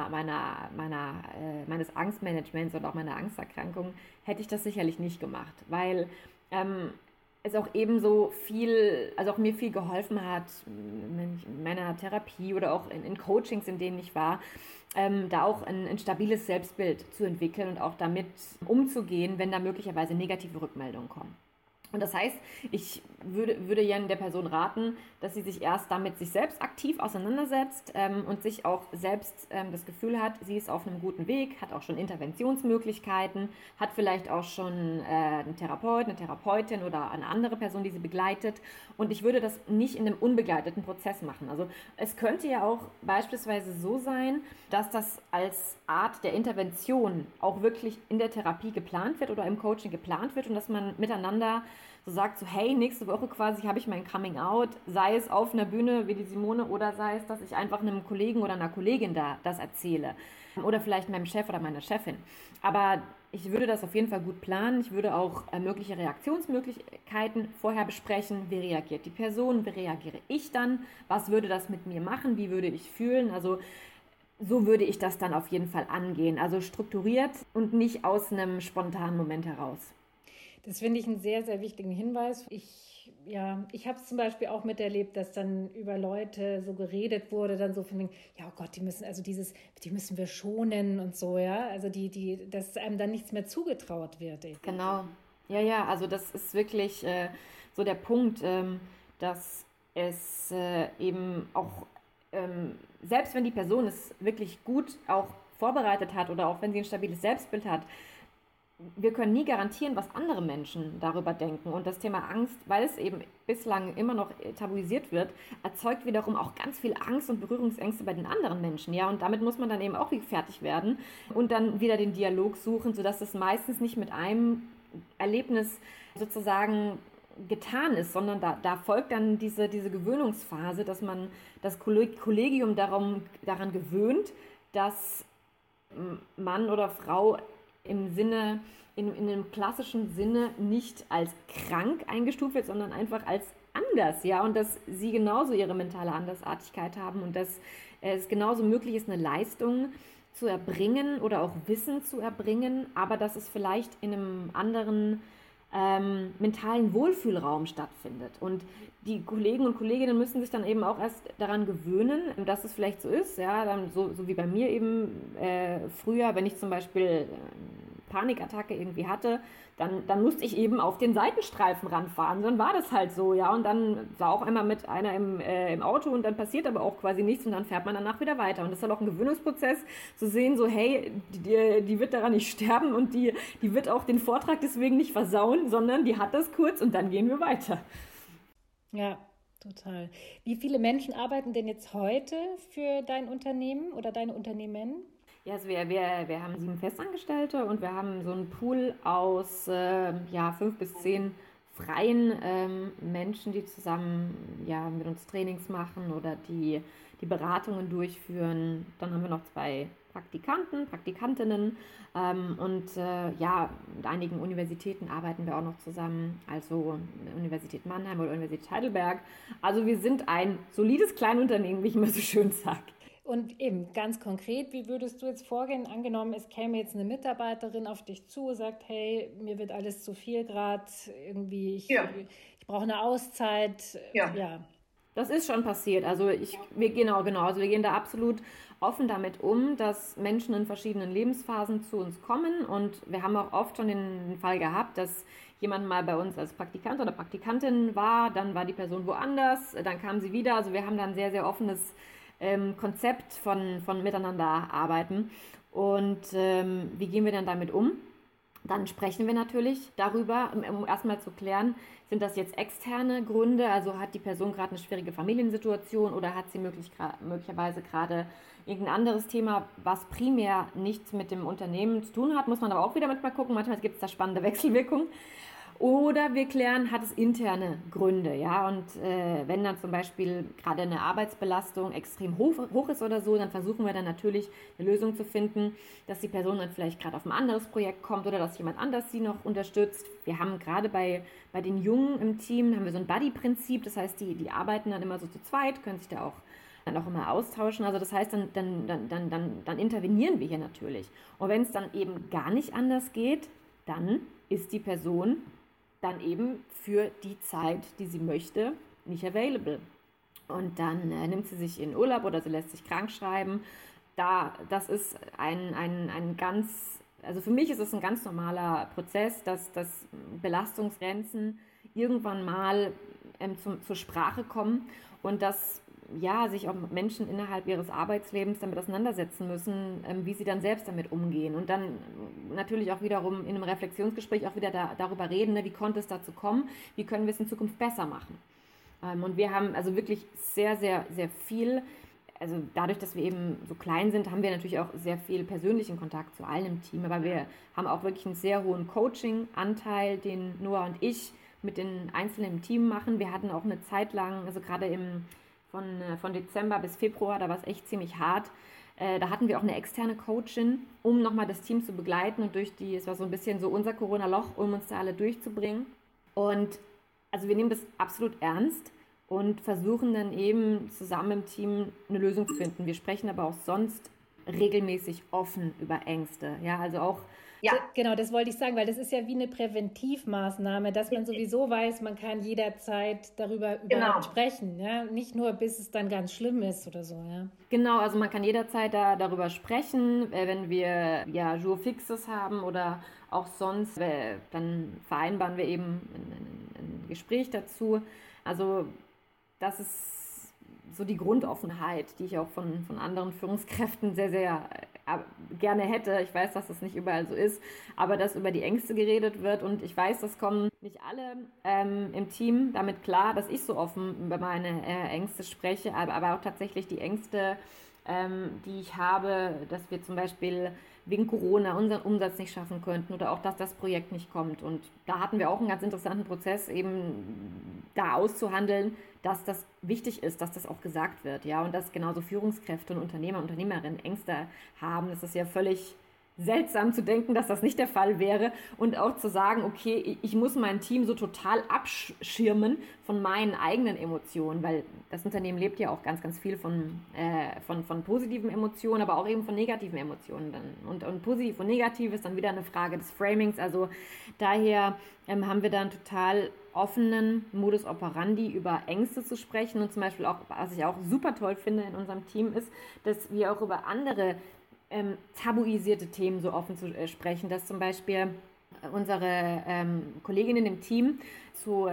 meines Angstmanagements und auch meiner Angsterkrankung hätte ich das sicherlich nicht gemacht, weil es auch ebenso viel, also auch mir viel geholfen hat, in meiner Therapie oder auch in Coachings, in denen ich war, da auch ein stabiles Selbstbild zu entwickeln und auch damit umzugehen, wenn da möglicherweise negative Rückmeldungen kommen. Und das heißt, ich würde ja der Person raten, dass sie sich erst damit sich selbst aktiv auseinandersetzt und sich auch selbst das Gefühl hat, sie ist auf einem guten Weg, hat auch schon Interventionsmöglichkeiten, hat vielleicht auch schon einen Therapeut, eine Therapeutin oder eine andere Person, die sie begleitet. Und ich würde das nicht in einem unbegleiteten Prozess machen. Also es könnte ja auch beispielsweise so sein, dass das als Art der Intervention auch wirklich in der Therapie geplant wird oder im Coaching geplant wird und dass man miteinander so sagt, so hey, nächste Woche quasi habe ich mein Coming Out, sei es auf einer Bühne wie die Simone oder sei es, dass ich einfach einem Kollegen oder einer Kollegin da das erzähle. Oder vielleicht meinem Chef oder meiner Chefin. Aber ich würde das auf jeden Fall gut planen. Ich würde auch mögliche Reaktionsmöglichkeiten vorher besprechen. Wie reagiert die Person? Wie reagiere ich dann? Was würde das mit mir machen? Wie würde ich fühlen? Also so würde ich das dann auf jeden Fall angehen. Also strukturiert und nicht aus einem spontanen Moment heraus. Das finde ich einen sehr, sehr wichtigen Hinweis. Ich habe es zum Beispiel auch miterlebt, dass dann über Leute so geredet wurde, dann so von wegen, ja, oh Gott, die müssen wir schonen und so, ja. Also dass einem dann nichts mehr zugetraut wird. Genau. Ja, also das ist wirklich so der Punkt, dass es eben auch, selbst wenn die Person es wirklich gut auch vorbereitet hat oder auch wenn sie ein stabiles Selbstbild hat, wir können nie garantieren, was andere Menschen darüber denken. Und das Thema Angst, weil es eben bislang immer noch tabuisiert wird, erzeugt wiederum auch ganz viel Angst und Berührungsängste bei den anderen Menschen. Ja, und damit muss man dann eben auch fertig werden und dann wieder den Dialog suchen, sodass es meistens nicht mit einem Erlebnis sozusagen getan ist, sondern da folgt dann diese Gewöhnungsphase, dass man das Kollegium daran gewöhnt, dass Mann oder Frau in einem klassischen Sinne nicht als krank eingestuft wird, sondern einfach als anders, ja, und dass sie genauso ihre mentale Andersartigkeit haben und dass es genauso möglich ist, eine Leistung zu erbringen oder auch Wissen zu erbringen, aber dass es vielleicht in einem anderen mentalen Wohlfühlraum stattfindet. Und die Kollegen und Kolleginnen müssen sich dann eben auch erst daran gewöhnen, dass es vielleicht so ist, ja, dann so wie bei mir eben früher, wenn ich zum Beispiel Panikattacke irgendwie hatte, dann musste ich eben auf den Seitenstreifen ranfahren. Dann war das halt so, ja. Und dann war auch einmal mit einer im Auto und dann passiert aber auch quasi nichts und dann fährt man danach wieder weiter. Und das ist halt auch ein Gewöhnungsprozess, zu sehen, so hey, die wird daran nicht sterben und die wird auch den Vortrag deswegen nicht versauen, sondern die hat das kurz und dann gehen wir weiter. Ja, total. Wie viele Menschen arbeiten denn jetzt heute für dein Unternehmen oder deine Unternehmen? Ja, also wir haben 7 Festangestellte und wir haben so einen Pool aus 5 bis 10 freien Menschen, die zusammen mit uns Trainings machen oder die Beratungen durchführen. Dann haben wir noch 2 Praktikantinnen und mit einigen Universitäten arbeiten wir auch noch zusammen, also Universität Mannheim oder Universität Heidelberg. Also wir sind ein solides Kleinunternehmen, wie ich immer so schön sage. Und eben ganz konkret, wie würdest du jetzt vorgehen? Angenommen, es käme jetzt eine Mitarbeiterin auf dich zu, sagt, hey, mir wird alles zu viel gerade, irgendwie, ich brauche eine Auszeit. Ja. Das ist schon passiert. Also wir gehen da absolut offen damit um, dass Menschen in verschiedenen Lebensphasen zu uns kommen und wir haben auch oft schon den Fall gehabt, dass jemand mal bei uns als Praktikant oder Praktikantin war, dann war die Person woanders, dann kam sie wieder. Also wir haben da ein sehr, sehr offenes Konzept von miteinander arbeiten. Und wie gehen wir dann damit um? Dann sprechen wir natürlich darüber, um erstmal zu klären, sind das jetzt externe Gründe, also hat die Person gerade eine schwierige Familiensituation oder hat sie möglicherweise gerade irgendein anderes Thema, was primär nichts mit dem Unternehmen zu tun hat, muss man aber auch wieder manchmal gucken, manchmal gibt es da spannende Wechselwirkungen. Oder wir klären, hat es interne Gründe, ja, und wenn dann zum Beispiel gerade eine Arbeitsbelastung extrem hoch ist oder so, dann versuchen wir dann natürlich eine Lösung zu finden, dass die Person dann vielleicht gerade auf ein anderes Projekt kommt oder dass jemand anders sie noch unterstützt. Wir haben gerade bei den Jungen im Team, haben wir so ein Buddy-Prinzip, das heißt, die arbeiten dann immer so zu zweit, können sich da auch dann auch immer austauschen, also das heißt, dann intervenieren wir hier natürlich. Und wenn es dann eben gar nicht anders geht, dann ist die Person dann eben für die Zeit, die sie möchte, nicht available. Und dann nimmt sie sich in Urlaub oder sie lässt sich krank schreiben. Das ist also für mich ist es ein ganz normaler Prozess, dass Belastungsgrenzen irgendwann mal zur Sprache kommen und dass sich auch Menschen innerhalb ihres Arbeitslebens damit auseinandersetzen müssen, wie sie dann selbst damit umgehen. Und dann natürlich auch wiederum in einem Reflexionsgespräch auch wieder darüber reden, wie konnte es dazu kommen, wie können wir es in Zukunft besser machen. Und wir haben also wirklich sehr, sehr, sehr viel, also dadurch, dass wir eben so klein sind, haben wir natürlich auch sehr viel persönlichen Kontakt zu allen im Team, aber wir haben auch wirklich einen sehr hohen Coaching-Anteil, den Noah und ich mit den Einzelnen im Team machen. Wir hatten auch eine Zeit lang, also gerade von Dezember bis Februar, da war es echt ziemlich hart. Da hatten wir auch eine externe Coachin, um nochmal das Team zu begleiten und es war so ein bisschen so unser Corona-Loch, um uns da alle durchzubringen. Und also wir nehmen das absolut ernst und versuchen dann eben zusammen im Team eine Lösung zu finden. Wir sprechen aber auch sonst regelmäßig offen über Ängste. Ja, also auch. Ja, genau, das wollte ich sagen, weil das ist ja wie eine Präventivmaßnahme, dass man sowieso weiß, man kann jederzeit darüber überhaupt sprechen. Ja? Nicht nur, bis es dann ganz schlimm ist oder so. Ja? Genau, also man kann jederzeit darüber sprechen, wenn wir ja Jour fixes haben oder auch sonst, dann vereinbaren wir eben ein Gespräch dazu. Also das ist so die Grundoffenheit, die ich auch von anderen Führungskräften sehr, sehr gerne hätte. Ich weiß, dass das nicht überall so ist, aber dass über die Ängste geredet wird und ich weiß, das kommen nicht alle im Team damit klar, dass ich so offen über meine Ängste spreche, aber auch tatsächlich die Ängste, die ich habe, dass wir zum Beispiel wegen Corona unseren Umsatz nicht schaffen könnten oder auch, dass das Projekt nicht kommt. Und da hatten wir auch einen ganz interessanten Prozess, eben da auszuhandeln, dass das wichtig ist, dass das auch gesagt wird. Ja? Und dass genauso Führungskräfte und Unternehmer, Unternehmerinnen Ängste haben. Das ist ja völlig seltsam zu denken, dass das nicht der Fall wäre und auch zu sagen, okay, ich muss mein Team so total abschirmen von meinen eigenen Emotionen, weil das Unternehmen lebt ja auch ganz, ganz viel von positiven Emotionen, aber auch eben von negativen Emotionen. Und positiv und negativ ist dann wieder eine Frage des Framings, also daher haben wir dann total offenen Modus operandi über Ängste zu sprechen und zum Beispiel auch, was ich auch super toll finde in unserem Team ist, dass wir auch über andere tabuisierte Themen so offen zu sprechen, dass zum Beispiel unsere Kolleginnen im Team zu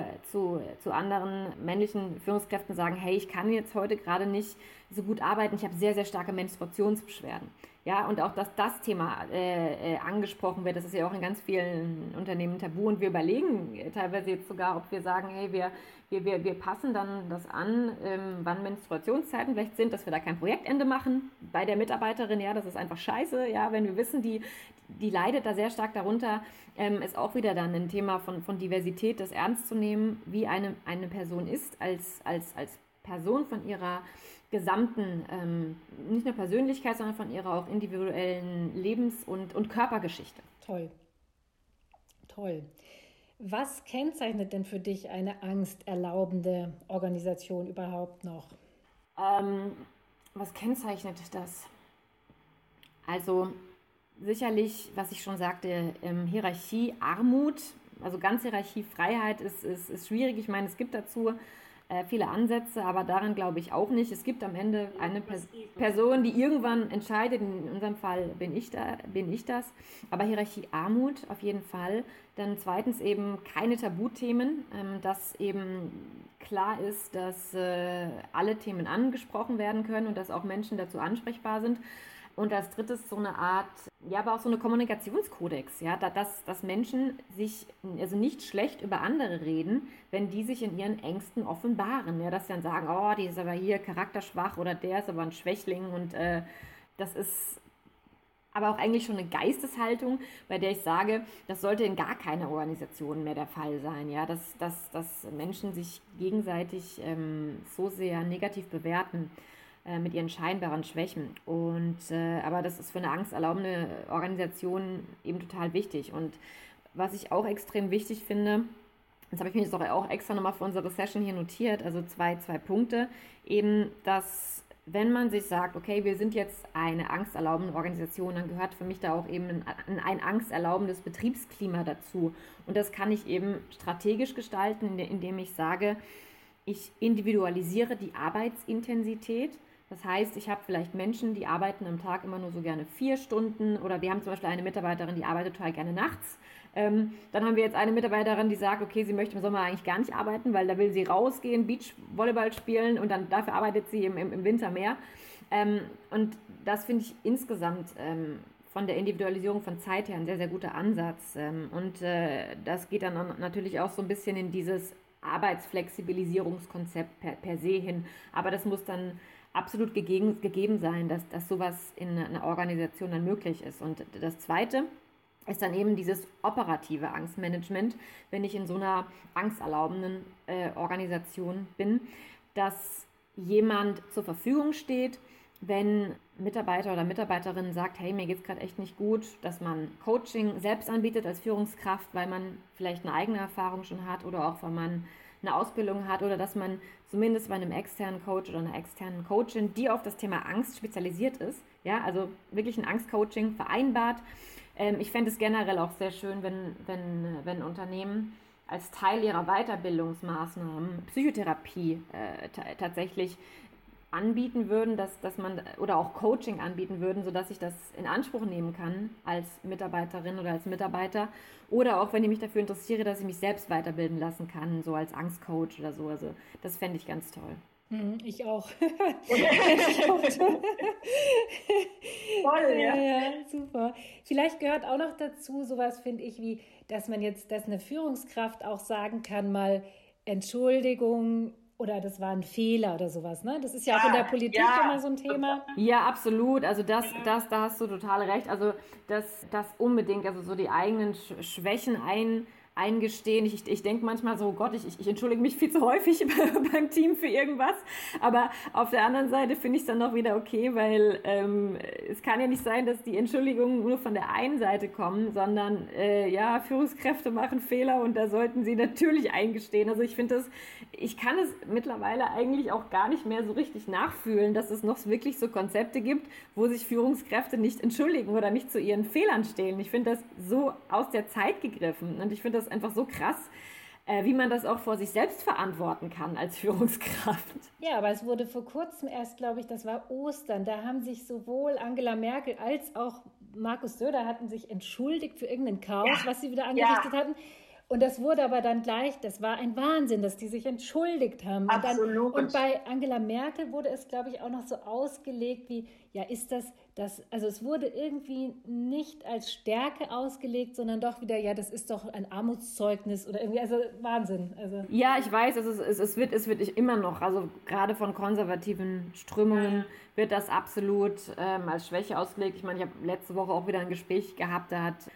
anderen männlichen Führungskräften sagen, hey, ich kann jetzt heute gerade nicht so gut arbeiten, ich habe sehr, sehr starke Menstruationsbeschwerden. Ja, und auch, dass das Thema angesprochen wird, das ist ja auch in ganz vielen Unternehmen tabu und wir überlegen teilweise jetzt sogar, ob wir sagen, hey, wir passen dann das an, wann Menstruationszeiten vielleicht sind, dass wir da kein Projektende machen bei der Mitarbeiterin. Ja, das ist einfach scheiße. Ja, wenn wir wissen, die leidet da sehr stark darunter, ist auch wieder dann ein Thema von Diversität, das ernst zu nehmen, wie eine Person ist, als Person von ihrer gesamten, nicht nur Persönlichkeit, sondern von ihrer auch individuellen Lebens- und Körpergeschichte. Toll. Toll. Was kennzeichnet denn für dich eine angsterlaubende Organisation überhaupt noch? Was kennzeichnet das? Also sicherlich, was ich schon sagte, Hierarchie, Armut, also ganz Hierarchiefreiheit ist schwierig. Ich meine, es gibt dazu viele Ansätze, aber daran glaube ich auch nicht. Es gibt am Ende eine Person, die irgendwann entscheidet, in unserem Fall bin ich das, aber Hierarchie, Armut auf jeden Fall. Dann zweitens eben keine Tabuthemen, dass eben klar ist, dass alle Themen angesprochen werden können und dass auch Menschen dazu ansprechbar sind. Und als drittes so eine Art, ja, aber auch so eine Kommunikationskodex, ja, dass Menschen sich also nicht schlecht über andere reden, wenn die sich in ihren Ängsten offenbaren. Ja, dass sie dann sagen, oh, die ist aber hier charakterschwach oder der ist aber ein Schwächling und das ist aber auch eigentlich schon eine Geisteshaltung, bei der ich sage, das sollte in gar keiner Organisation mehr der Fall sein, ja, dass Menschen sich gegenseitig so sehr negativ bewerten mit ihren scheinbaren Schwächen. Und aber das ist für eine angsterlaubende Organisation eben total wichtig. Und was ich auch extrem wichtig finde, das habe ich mir jetzt auch extra nochmal für unsere Session hier notiert, also zwei Punkte, eben, dass wenn man sich sagt, okay, wir sind jetzt eine angsterlaubende Organisation, dann gehört für mich da auch eben ein angsterlaubendes Betriebsklima dazu. Und das kann ich eben strategisch gestalten, indem ich sage, ich individualisiere die Arbeitsintensität. Das heißt, ich habe vielleicht Menschen, die arbeiten am Tag immer nur so gerne 4 Stunden oder wir haben zum Beispiel eine Mitarbeiterin, die arbeitet total gerne nachts. Dann haben wir jetzt eine Mitarbeiterin, die sagt, okay, sie möchte im Sommer eigentlich gar nicht arbeiten, weil da will sie rausgehen, Beachvolleyball spielen und dann dafür arbeitet sie im Winter mehr. Und das finde ich insgesamt von der Individualisierung von Zeit her ein sehr, sehr guter Ansatz. Und das geht dann natürlich auch so ein bisschen in dieses Arbeitsflexibilisierungskonzept per se hin. Aber das muss dann absolut gegeben sein, dass sowas in einer Organisation dann möglich ist. Und das Zweite ist dann eben dieses operative Angstmanagement, wenn ich in so einer angsterlaubenden Organisation bin, dass jemand zur Verfügung steht, wenn Mitarbeiter oder Mitarbeiterin sagt, hey, mir geht es gerade echt nicht gut, dass man Coaching selbst anbietet als Führungskraft, weil man vielleicht eine eigene Erfahrung schon hat oder auch weil man eine Ausbildung hat oder dass man zumindest bei einem externen Coach oder einer externen Coachin, die auf das Thema Angst spezialisiert ist, ja, also wirklich ein Angstcoaching vereinbart. Ich fände es generell auch sehr schön, wenn Unternehmen als Teil ihrer Weiterbildungsmaßnahmen Psychotherapie tatsächlich anbieten würden, dass man oder auch Coaching anbieten würden, sodass ich das in Anspruch nehmen kann als Mitarbeiterin oder als Mitarbeiter oder auch, wenn ich mich dafür interessiere, dass ich mich selbst weiterbilden lassen kann, so als Angstcoach oder so. Also das fände ich ganz toll. Ich auch. Voll, ja. Ja, super. Vielleicht gehört auch noch dazu, sowas finde ich, wie, dass eine Führungskraft auch sagen kann, mal Entschuldigung oder das war ein Fehler oder sowas, ne? Das ist ja auch in der Politik immer so ein Thema. Ja, absolut. Also da hast du total recht. Also das unbedingt, also so die eigenen Schwächen eingestehen. Ich denke manchmal so, Gott, ich entschuldige mich viel zu häufig beim Team für irgendwas, aber auf der anderen Seite finde ich es dann noch wieder okay, weil es kann ja nicht sein, dass die Entschuldigungen nur von der einen Seite kommen, sondern Führungskräfte machen Fehler und da sollten sie natürlich eingestehen. Also ich kann es mittlerweile eigentlich auch gar nicht mehr so richtig nachfühlen, dass es noch wirklich so Konzepte gibt, wo sich Führungskräfte nicht entschuldigen oder nicht zu ihren Fehlern stehlen. Ich finde das so aus der Zeit gegriffen und ich finde das einfach so krass, wie man das auch vor sich selbst verantworten kann als Führungskraft. Ja, aber es wurde vor kurzem erst, glaube ich, das war Ostern, da haben sich sowohl Angela Merkel als auch Markus Söder hatten sich entschuldigt für irgendein Chaos, was sie wieder angerichtet hatten. Und das wurde aber dann gleich, das war ein Wahnsinn, dass die sich entschuldigt haben. Absolut. Und bei Angela Merkel wurde es, glaube ich, auch noch so ausgelegt wie, ja, ist das, also es wurde irgendwie nicht als Stärke ausgelegt, sondern doch wieder, ja, das ist doch ein Armutszeugnis oder irgendwie, also Wahnsinn. Also. Ja, ich weiß, es wird immer noch, also gerade von konservativen Strömungen wird das absolut als Schwäche ausgelegt. Ich meine, ich habe letzte Woche auch wieder ein Gespräch gehabt,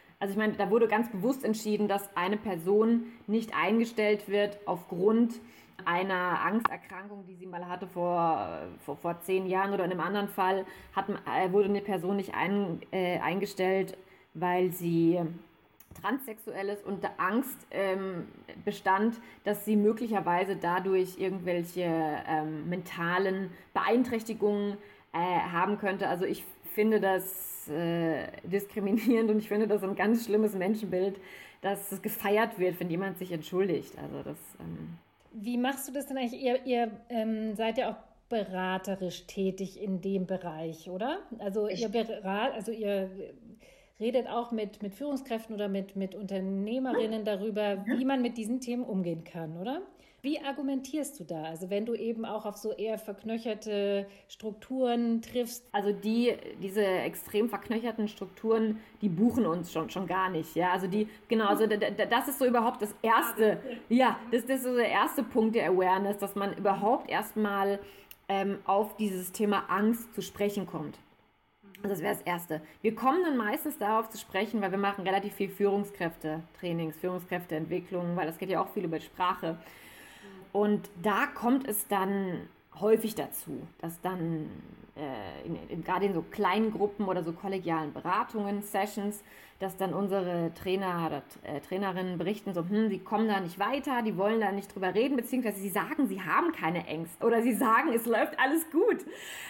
da wurde ganz bewusst entschieden, dass eine Person nicht eingestellt wird aufgrund einer Angsterkrankung, die sie mal hatte vor 10 Jahren oder in einem anderen Fall wurde eine Person nicht eingestellt, weil sie transsexuell ist und der Angst bestand, dass sie möglicherweise dadurch irgendwelche mentalen Beeinträchtigungen haben könnte. Also ich finde das diskriminierend und ich finde das ein ganz schlimmes Menschenbild, dass es gefeiert wird, wenn jemand sich entschuldigt. Also das. Wie machst du das denn eigentlich? Ihr seid ja auch beraterisch tätig in dem Bereich, oder? Also ihr redet auch mit Führungskräften oder mit Unternehmerinnen darüber, wie man mit diesen Themen umgehen kann, oder? Wie argumentierst du da? Also wenn du eben auch auf so eher verknöcherte Strukturen triffst. Also diese extrem verknöcherten Strukturen, die buchen uns schon gar nicht. Ja, also das ist so überhaupt das Erste. Ja, das ist so der erste Punkt der Awareness, dass man überhaupt erstmal auf dieses Thema Angst zu sprechen kommt. Also das wäre das Erste. Wir kommen dann meistens darauf zu sprechen, weil wir machen relativ viel Führungskräfte-Trainings, Führungskräfteentwicklung, weil das geht ja auch viel über Sprache. Und da kommt es dann häufig dazu, dass dann gerade in so kleinen Gruppen oder so kollegialen Beratungen, Sessions, dass dann unsere Trainer oder Trainerinnen berichten, so, sie kommen da nicht weiter, die wollen da nicht drüber reden, beziehungsweise sie sagen, sie haben keine Ängste oder sie sagen, es läuft alles gut.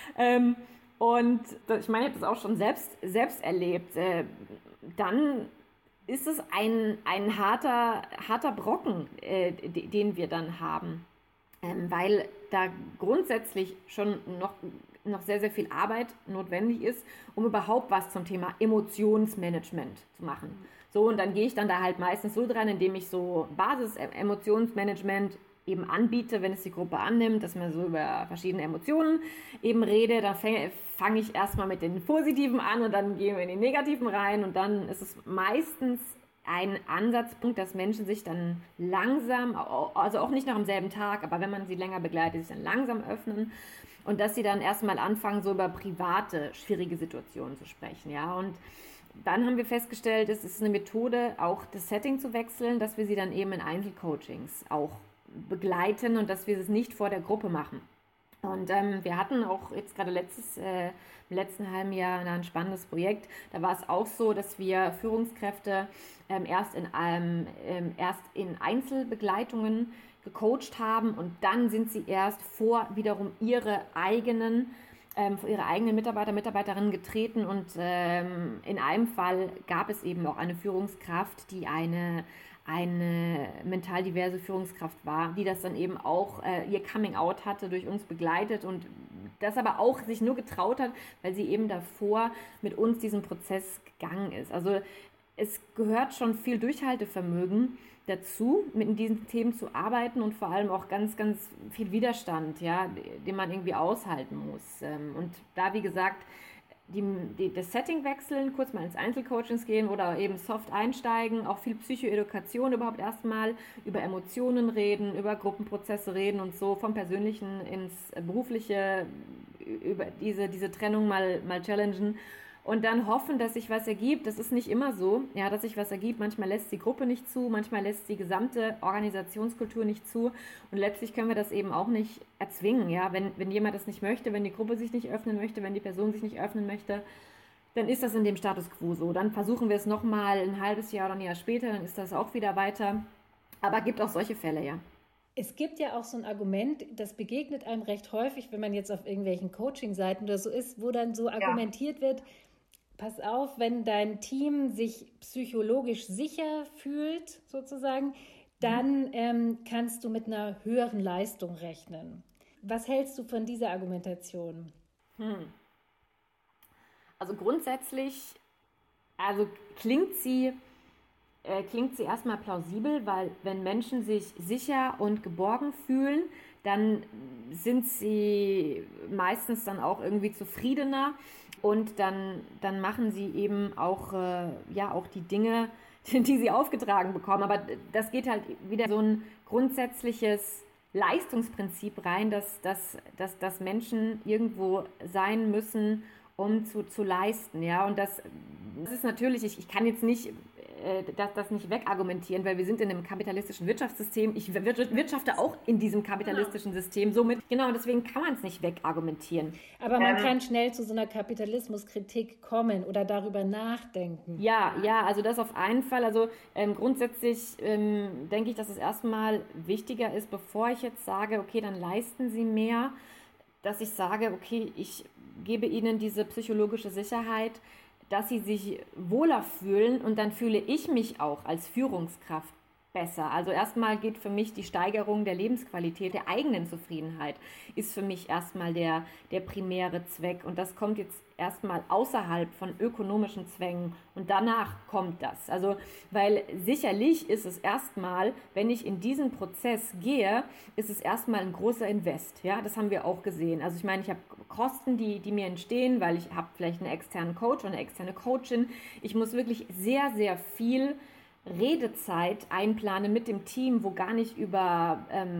Und ich meine, ich habe das auch schon selbst erlebt. Dann ist es ein harter Brocken, den wir dann haben, weil da grundsätzlich schon noch sehr, sehr viel Arbeit notwendig ist, um überhaupt was zum Thema Emotionsmanagement zu machen. So, und dann gehe ich dann da halt meistens so dran, indem ich so Basis-Emotionsmanagement eben anbiete, wenn es die Gruppe annimmt, dass man so über verschiedene Emotionen eben rede. Da fange ich erstmal mit den Positiven an und dann gehen wir in die Negativen rein und dann ist es meistens ein Ansatzpunkt, dass Menschen sich dann langsam, also auch nicht noch am selben Tag, aber wenn man sie länger begleitet, sich dann langsam öffnen und dass sie dann erstmal anfangen, so über private, schwierige Situationen zu sprechen, ja, und dann haben wir festgestellt, es ist eine Methode, auch das Setting zu wechseln, dass wir sie dann eben in Einzelcoachings auch begleiten und dass wir es nicht vor der Gruppe machen. Und wir hatten auch jetzt gerade im letzten halben Jahr ein spannendes Projekt. Da war es auch so, dass wir Führungskräfte erst in Einzelbegleitungen gecoacht haben und dann sind sie erst vor wiederum vor ihre eigenen Mitarbeiter, Mitarbeiterinnen getreten und in einem Fall gab es eben auch eine Führungskraft, die eine mental diverse Führungskraft war, die das dann eben auch ihr Coming Out hatte, durch uns begleitet und das aber auch sich nur getraut hat, weil sie eben davor mit uns diesen Prozess gegangen ist. Also es gehört schon viel Durchhaltevermögen dazu, mit diesen Themen zu arbeiten und vor allem auch ganz, ganz viel Widerstand, ja, den man irgendwie aushalten muss. Und da, wie gesagt, das Setting wechseln, kurz mal ins Einzelcoachings gehen oder eben soft einsteigen, auch viel Psychoedukation überhaupt erstmal, über Emotionen reden, über Gruppenprozesse reden und so vom Persönlichen ins Berufliche, über diese Trennung mal challengen und dann hoffen, dass sich was ergibt. Das ist nicht immer so, ja, dass sich was ergibt. Manchmal lässt die Gruppe nicht zu, manchmal lässt die gesamte Organisationskultur nicht zu und letztlich können wir das eben auch nicht erzwingen. Ja? Wenn jemand das nicht möchte, wenn die Gruppe sich nicht öffnen möchte, wenn die Person sich nicht öffnen möchte, dann ist das in dem Status quo so. Dann versuchen wir es nochmal ein halbes Jahr oder ein Jahr später, dann ist das auch wieder weiter. Aber es gibt auch solche Fälle, ja. Es gibt ja auch so ein Argument, das begegnet einem recht häufig, wenn man jetzt auf irgendwelchen Coaching-Seiten oder so ist, wo dann so argumentiert wird, pass auf, wenn dein Team sich psychologisch sicher fühlt, sozusagen, dann kannst du mit einer höheren Leistung rechnen. Was hältst du von dieser Argumentation? Also grundsätzlich, klingt sie erstmal plausibel, weil wenn Menschen sich sicher und geborgen fühlen, dann sind sie meistens dann auch irgendwie zufriedener und dann machen sie eben auch, auch die Dinge, die sie aufgetragen bekommen. Aber das geht halt wieder so ein grundsätzliches Leistungsprinzip rein, dass Menschen irgendwo sein müssen, um zu leisten. Ja? Und das ist natürlich, ich kann jetzt nicht das nicht wegargumentieren, weil wir sind in einem kapitalistischen Wirtschaftssystem. Ich wirtschafte auch in diesem kapitalistischen System. Somit, genau, deswegen kann man es nicht wegargumentieren. Aber man kann schnell zu so einer Kapitalismuskritik kommen oder darüber nachdenken. Ja, also das auf einen Fall. Also grundsätzlich denke ich, dass es erstmal wichtiger ist, bevor ich jetzt sage, okay, dann leisten Sie mehr, dass ich sage, okay, ich gebe Ihnen diese psychologische Sicherheit, dass sie sich wohler fühlen und dann fühle ich mich auch als Führungskraft besser. Also erstmal geht für mich die Steigerung der Lebensqualität, der eigenen Zufriedenheit, ist für mich erstmal der primäre Zweck und das kommt jetzt erstmal außerhalb von ökonomischen Zwängen und danach kommt das. Also, weil sicherlich ist es erstmal, wenn ich in diesen Prozess gehe, ist es erstmal ein großer Invest. Ja, das haben wir auch gesehen. Also ich meine, ich habe Kosten, die mir entstehen, weil ich habe vielleicht einen externen Coach oder eine externe Coachin. Ich muss wirklich sehr, sehr viel Redezeit einplanen mit dem Team, wo gar nicht über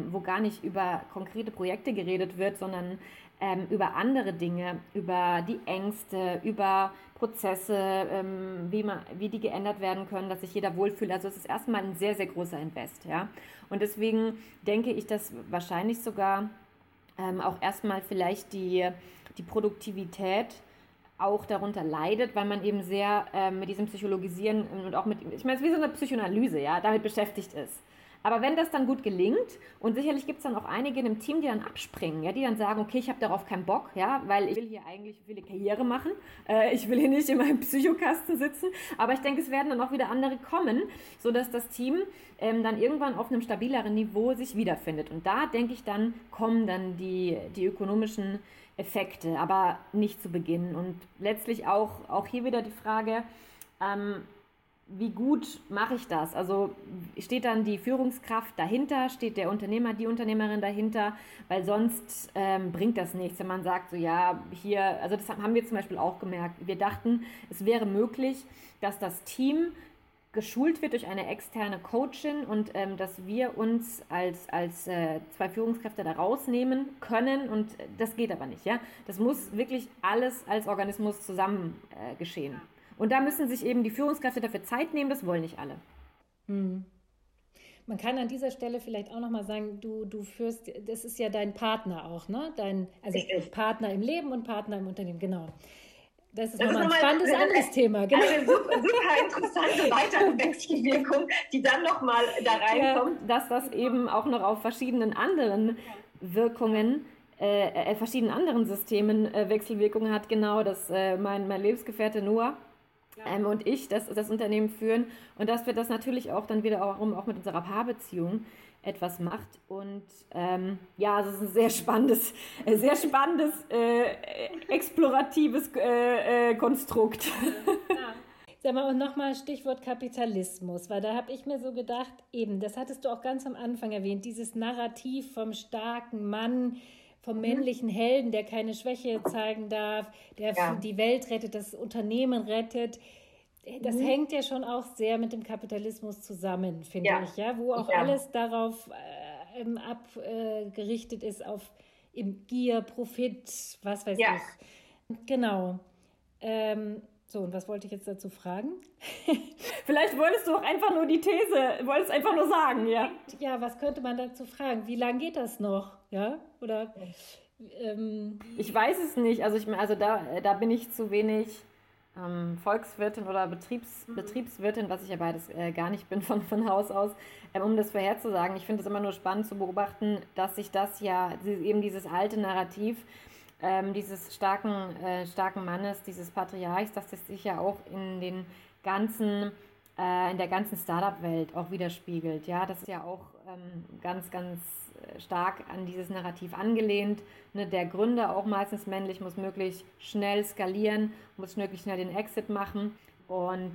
konkrete Projekte geredet wird, sondern über andere Dinge, über die Ängste, über Prozesse, wie die geändert werden können, dass sich jeder wohlfühlt. Also es ist erstmal ein sehr, sehr großer Invest. Ja? Und deswegen denke ich, dass wahrscheinlich sogar auch erstmal vielleicht die Produktivität auch darunter leidet, weil man eben sehr mit diesem Psychologisieren und auch ich meine, es ist wie so eine Psychoanalyse, ja, damit beschäftigt ist. Aber wenn das dann gut gelingt, und sicherlich gibt es dann auch einige in dem Team, die dann abspringen, ja, die dann sagen, okay, ich habe darauf keinen Bock, ja, weil ich will hier eigentlich eine Karriere machen, ich will hier nicht in meinem Psychokasten sitzen, aber ich denke, es werden dann auch wieder andere kommen, sodass das Team dann irgendwann auf einem stabileren Niveau sich wiederfindet. Und da, denke ich, dann kommen dann die ökonomischen Effekte, aber nicht zu Beginn. Und letztlich auch hier wieder die Frage, wie gut mache ich das? Also steht dann die Führungskraft dahinter, steht der Unternehmer, die Unternehmerin dahinter, weil sonst bringt das nichts, wenn man sagt, so ja, hier, also das haben wir zum Beispiel auch gemerkt. Wir dachten, es wäre möglich, dass das Team geschult wird durch eine externe Coachin und dass wir uns als zwei Führungskräfte da rausnehmen können und das geht aber nicht. Ja? Das muss wirklich alles als Organismus zusammen geschehen. Und da müssen sich eben die Führungskräfte dafür Zeit nehmen, das wollen nicht alle. Hm. Man kann an dieser Stelle vielleicht auch nochmal sagen, du führst, das ist ja dein Partner auch, ne? Also Partner im Leben und Partner im Unternehmen, genau. Das ist nochmal ein spannendes anderes Thema. Genau. Eine super interessante weitere Wechselwirkung, die dann nochmal da reinkommt. Ja, dass das eben auch noch auf verschiedenen anderen Wirkungen, verschiedenen anderen Systemen Wechselwirkungen hat. Genau, dass mein Lebensgefährte Noah und ich das Unternehmen führen und dass wir das natürlich auch dann wiederum auch mit unserer Paarbeziehung etwas macht. Und es ist ein sehr spannendes exploratives Konstrukt. Ja. Sag mal, und nochmal Stichwort Kapitalismus, weil da habe ich mir so gedacht, eben, das hattest du auch ganz am Anfang erwähnt, dieses Narrativ vom starken Mann, vom männlichen Helden, der keine Schwäche zeigen darf, der die Welt rettet, das Unternehmen rettet. Das hängt ja schon auch sehr mit dem Kapitalismus zusammen, finde ich, ja, wo auch alles darauf abgerichtet ist, auf Gier, Profit, was weiß ich. Genau. So, und was wollte ich jetzt dazu fragen? Vielleicht wolltest du auch einfach nur die These, wolltest einfach nur sagen, ja. Ja, was könnte man dazu fragen? Wie lange geht das noch? Ja, oder? Ich weiß es nicht. Also da bin ich zu wenig Volkswirtin oder Betriebswirtin, was ich ja beides gar nicht bin von Haus aus, um das vorherzusagen. Ich finde es immer nur spannend zu beobachten, dass sich das eben dieses alte Narrativ dieses starken Mannes, dieses Patriarchs, dass das sich ja auch in der ganzen Startup-Welt auch widerspiegelt. Ja, das ist ja auch ganz, ganz stark an dieses Narrativ angelehnt. Ne, der Gründer, auch meistens männlich, muss möglichst schnell skalieren, muss möglichst schnell den Exit machen. Und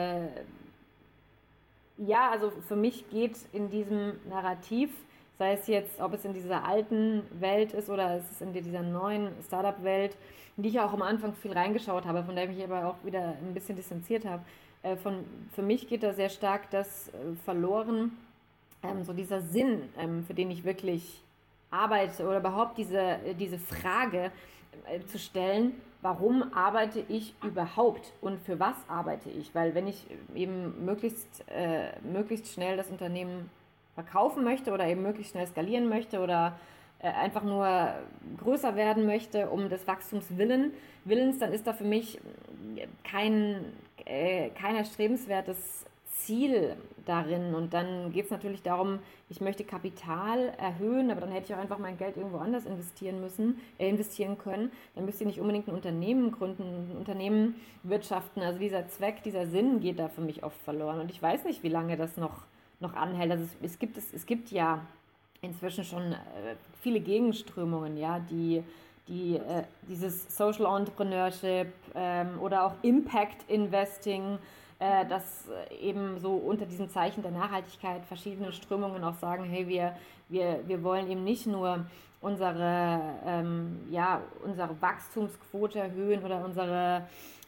also für mich geht in diesem Narrativ, sei es jetzt, ob es in dieser alten Welt ist oder es ist in dieser neuen Startup-Welt, in die ich auch am Anfang viel reingeschaut habe, von der ich mich aber auch wieder ein bisschen distanziert habe. Für mich geht da sehr stark das verloren, so dieser Sinn, für den ich wirklich arbeite oder überhaupt diese Frage zu stellen, warum arbeite ich überhaupt und für was arbeite ich? Weil wenn ich eben möglichst schnell das Unternehmen verkaufen möchte oder eben möglichst schnell skalieren möchte oder einfach nur größer werden möchte, um des Wachstums Willens, dann ist da für mich kein erstrebenswertes Ziel darin. Und dann geht es natürlich darum, ich möchte Kapital erhöhen, aber dann hätte ich auch einfach mein Geld irgendwo anders investieren können. Dann müsste ich nicht unbedingt ein Unternehmen gründen, ein Unternehmen wirtschaften. Also dieser Zweck, dieser Sinn geht da für mich oft verloren. Und ich weiß nicht, wie lange das noch anhält. Also es gibt ja inzwischen schon viele Gegenströmungen, ja, die dieses Social Entrepreneurship oder auch Impact Investing, das eben so unter diesem Zeichen der Nachhaltigkeit verschiedene Strömungen auch sagen, hey, wir wollen eben nicht nur unsere Wachstumsquote erhöhen oder unsere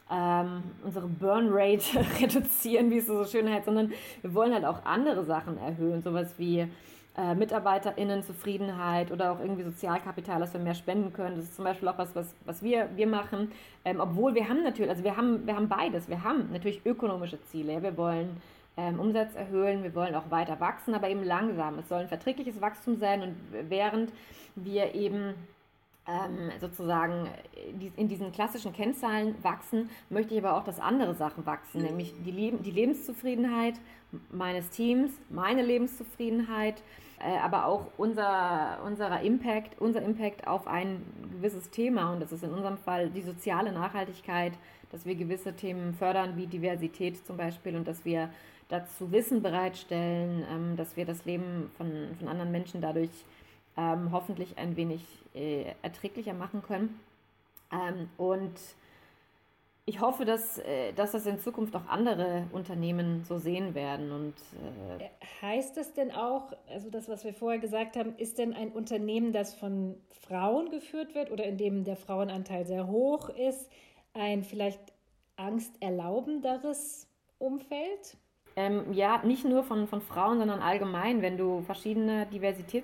Burn Rate reduzieren, wie es so schön heißt, sondern wir wollen halt auch andere Sachen erhöhen, sowas wie MitarbeiterInnenzufriedenheit oder auch irgendwie Sozialkapital, dass wir mehr spenden können. Das ist zum Beispiel auch was wir machen. Obwohl wir haben natürlich, also wir haben beides. Wir haben natürlich ökonomische Ziele. Wir wollen Umsatz erhöhen, wir wollen auch weiter wachsen, aber eben langsam. Es soll ein verträgliches Wachstum sein und während wir eben sozusagen in diesen klassischen Kennzahlen wachsen, möchte ich aber auch, dass andere Sachen wachsen, nämlich die Lebenszufriedenheit meines Teams, meine Lebenszufriedenheit, aber auch unser Impact auf ein gewisses Thema, und das ist in unserem Fall die soziale Nachhaltigkeit, dass wir gewisse Themen fördern, wie Diversität zum Beispiel, und dass wir dazu Wissen bereitstellen, dass wir das Leben von anderen Menschen dadurch hoffentlich ein wenig erträglicher machen können. Und ich hoffe, dass das in Zukunft auch andere Unternehmen so sehen werden. Und heißt es denn auch, also das, was wir vorher gesagt haben, ist denn ein Unternehmen, das von Frauen geführt wird oder in dem der Frauenanteil sehr hoch ist, ein vielleicht angsterlaubenderes Umfeld? Nicht nur von Frauen, sondern allgemein, wenn du verschiedene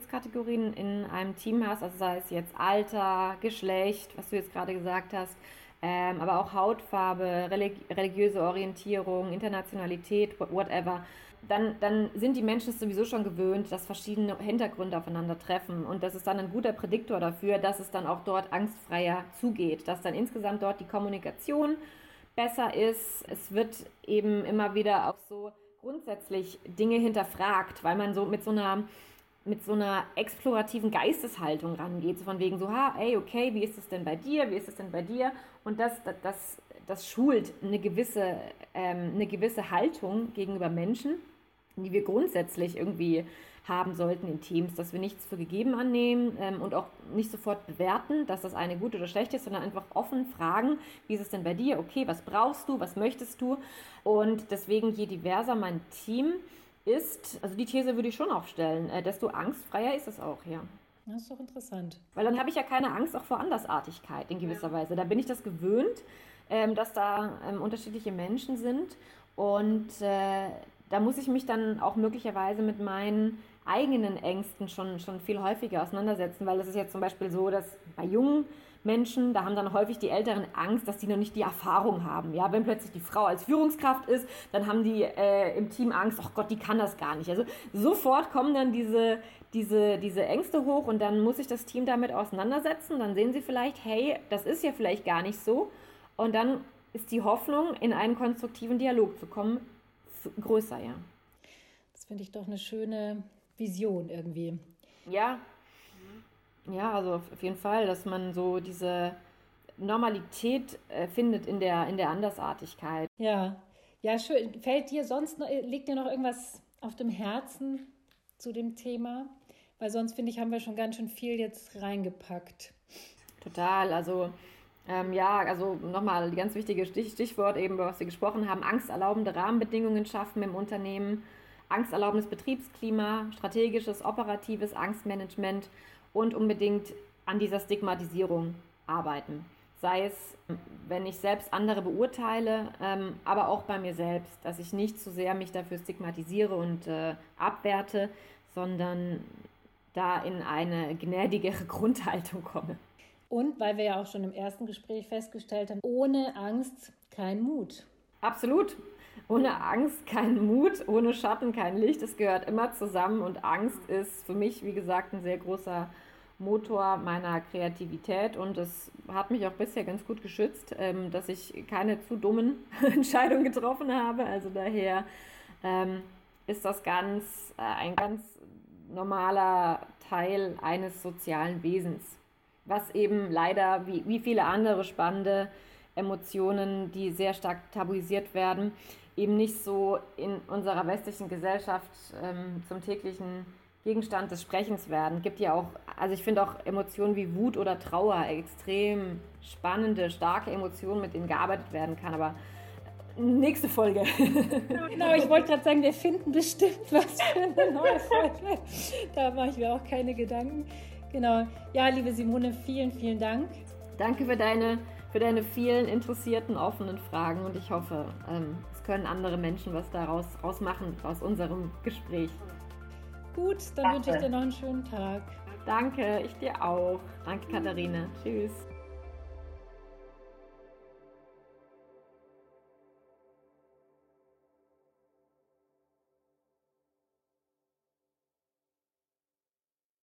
Diversitätskategorien in einem Team hast, also sei es jetzt Alter, Geschlecht, was du jetzt gerade gesagt hast, aber auch Hautfarbe, religiöse Orientierung, Internationalität, whatever, dann sind die Menschen es sowieso schon gewöhnt, dass verschiedene Hintergründe aufeinandertreffen. Und das ist dann ein guter Prädiktor dafür, dass es dann auch dort angstfreier zugeht, dass dann insgesamt dort die Kommunikation besser ist. Es wird eben immer wieder auch so grundsätzlich Dinge hinterfragt, weil man so mit so einer explorativen Geisteshaltung rangeht, so von wegen so, ey, okay, wie ist es denn bei dir, wie ist es denn bei dir? Und das schult eine gewisse Haltung gegenüber Menschen, die wir grundsätzlich irgendwie haben sollten in Teams, dass wir nichts für gegeben annehmen und auch nicht sofort bewerten, dass das eine gut oder schlecht ist, sondern einfach offen fragen, wie ist es denn bei dir? Okay, was brauchst du? Was möchtest du? Und deswegen, je diverser mein Team ist, also die These würde ich schon aufstellen, desto angstfreier ist es auch, ja. Das ist doch interessant. Weil dann habe ich ja keine Angst auch vor Andersartigkeit in gewisser Weise. Da bin ich das gewöhnt, dass da unterschiedliche Menschen sind und da muss ich mich dann auch möglicherweise mit meinen eigenen Ängsten schon viel häufiger auseinandersetzen, weil es ist jetzt zum Beispiel so, dass bei jungen Menschen, da haben dann häufig die Älteren Angst, dass die noch nicht die Erfahrung haben. Ja, wenn plötzlich die Frau als Führungskraft ist, dann haben die im Team Angst, ach Gott, die kann das gar nicht. Also sofort kommen dann diese Ängste hoch und dann muss sich das Team damit auseinandersetzen. Dann sehen sie vielleicht, hey, das ist ja vielleicht gar nicht so. Und dann ist die Hoffnung, in einen konstruktiven Dialog zu kommen, größer, ja. Das finde ich doch eine schöne Vision irgendwie. Ja, also auf jeden Fall, dass man so diese Normalität findet in der Andersartigkeit. Ja, schön. Liegt dir noch irgendwas auf dem Herzen zu dem Thema? Weil sonst, finde ich, haben wir schon ganz schön viel jetzt reingepackt. Total, also also nochmal ganz wichtige Stichwort eben, über was wir gesprochen haben, angsterlaubende Rahmenbedingungen schaffen im Unternehmen, angsterlaubendes Betriebsklima, strategisches, operatives Angstmanagement und unbedingt an dieser Stigmatisierung arbeiten. Sei es, wenn ich selbst andere beurteile, aber auch bei mir selbst, dass ich nicht zu sehr mich dafür stigmatisiere und abwerte, sondern da in eine gnädigere Grundhaltung komme. Und weil wir ja auch schon im ersten Gespräch festgestellt haben, ohne Angst kein Mut. Absolut. Ohne Angst kein Mut, ohne Schatten kein Licht. Es gehört immer zusammen und Angst ist für mich, wie gesagt, ein sehr großer Motor meiner Kreativität und es hat mich auch bisher ganz gut geschützt, dass ich keine zu dummen Entscheidungen getroffen habe. Also daher ist das ein ganz normaler Teil eines sozialen Wesens, was eben leider, wie viele andere spannende Emotionen, die sehr stark tabuisiert werden, eben nicht so in unserer westlichen Gesellschaft zum täglichen Gegenstand des Sprechens werden. Gibt ja auch, also ich finde auch Emotionen wie Wut oder Trauer extrem spannende, starke Emotionen, mit denen gearbeitet werden kann, aber nächste Folge. Genau, ich wollte gerade sagen, wir finden bestimmt was für eine neue Folge. Da mache ich mir auch keine Gedanken. Genau. Ja, liebe Simone, vielen, vielen Dank. Danke für deine vielen interessierten, offenen Fragen und ich hoffe, es können andere Menschen was daraus machen aus unserem Gespräch. Gut, dann wünsche ich dir noch einen schönen Tag. Danke, ich dir auch. Danke, Katharina. Tschüss.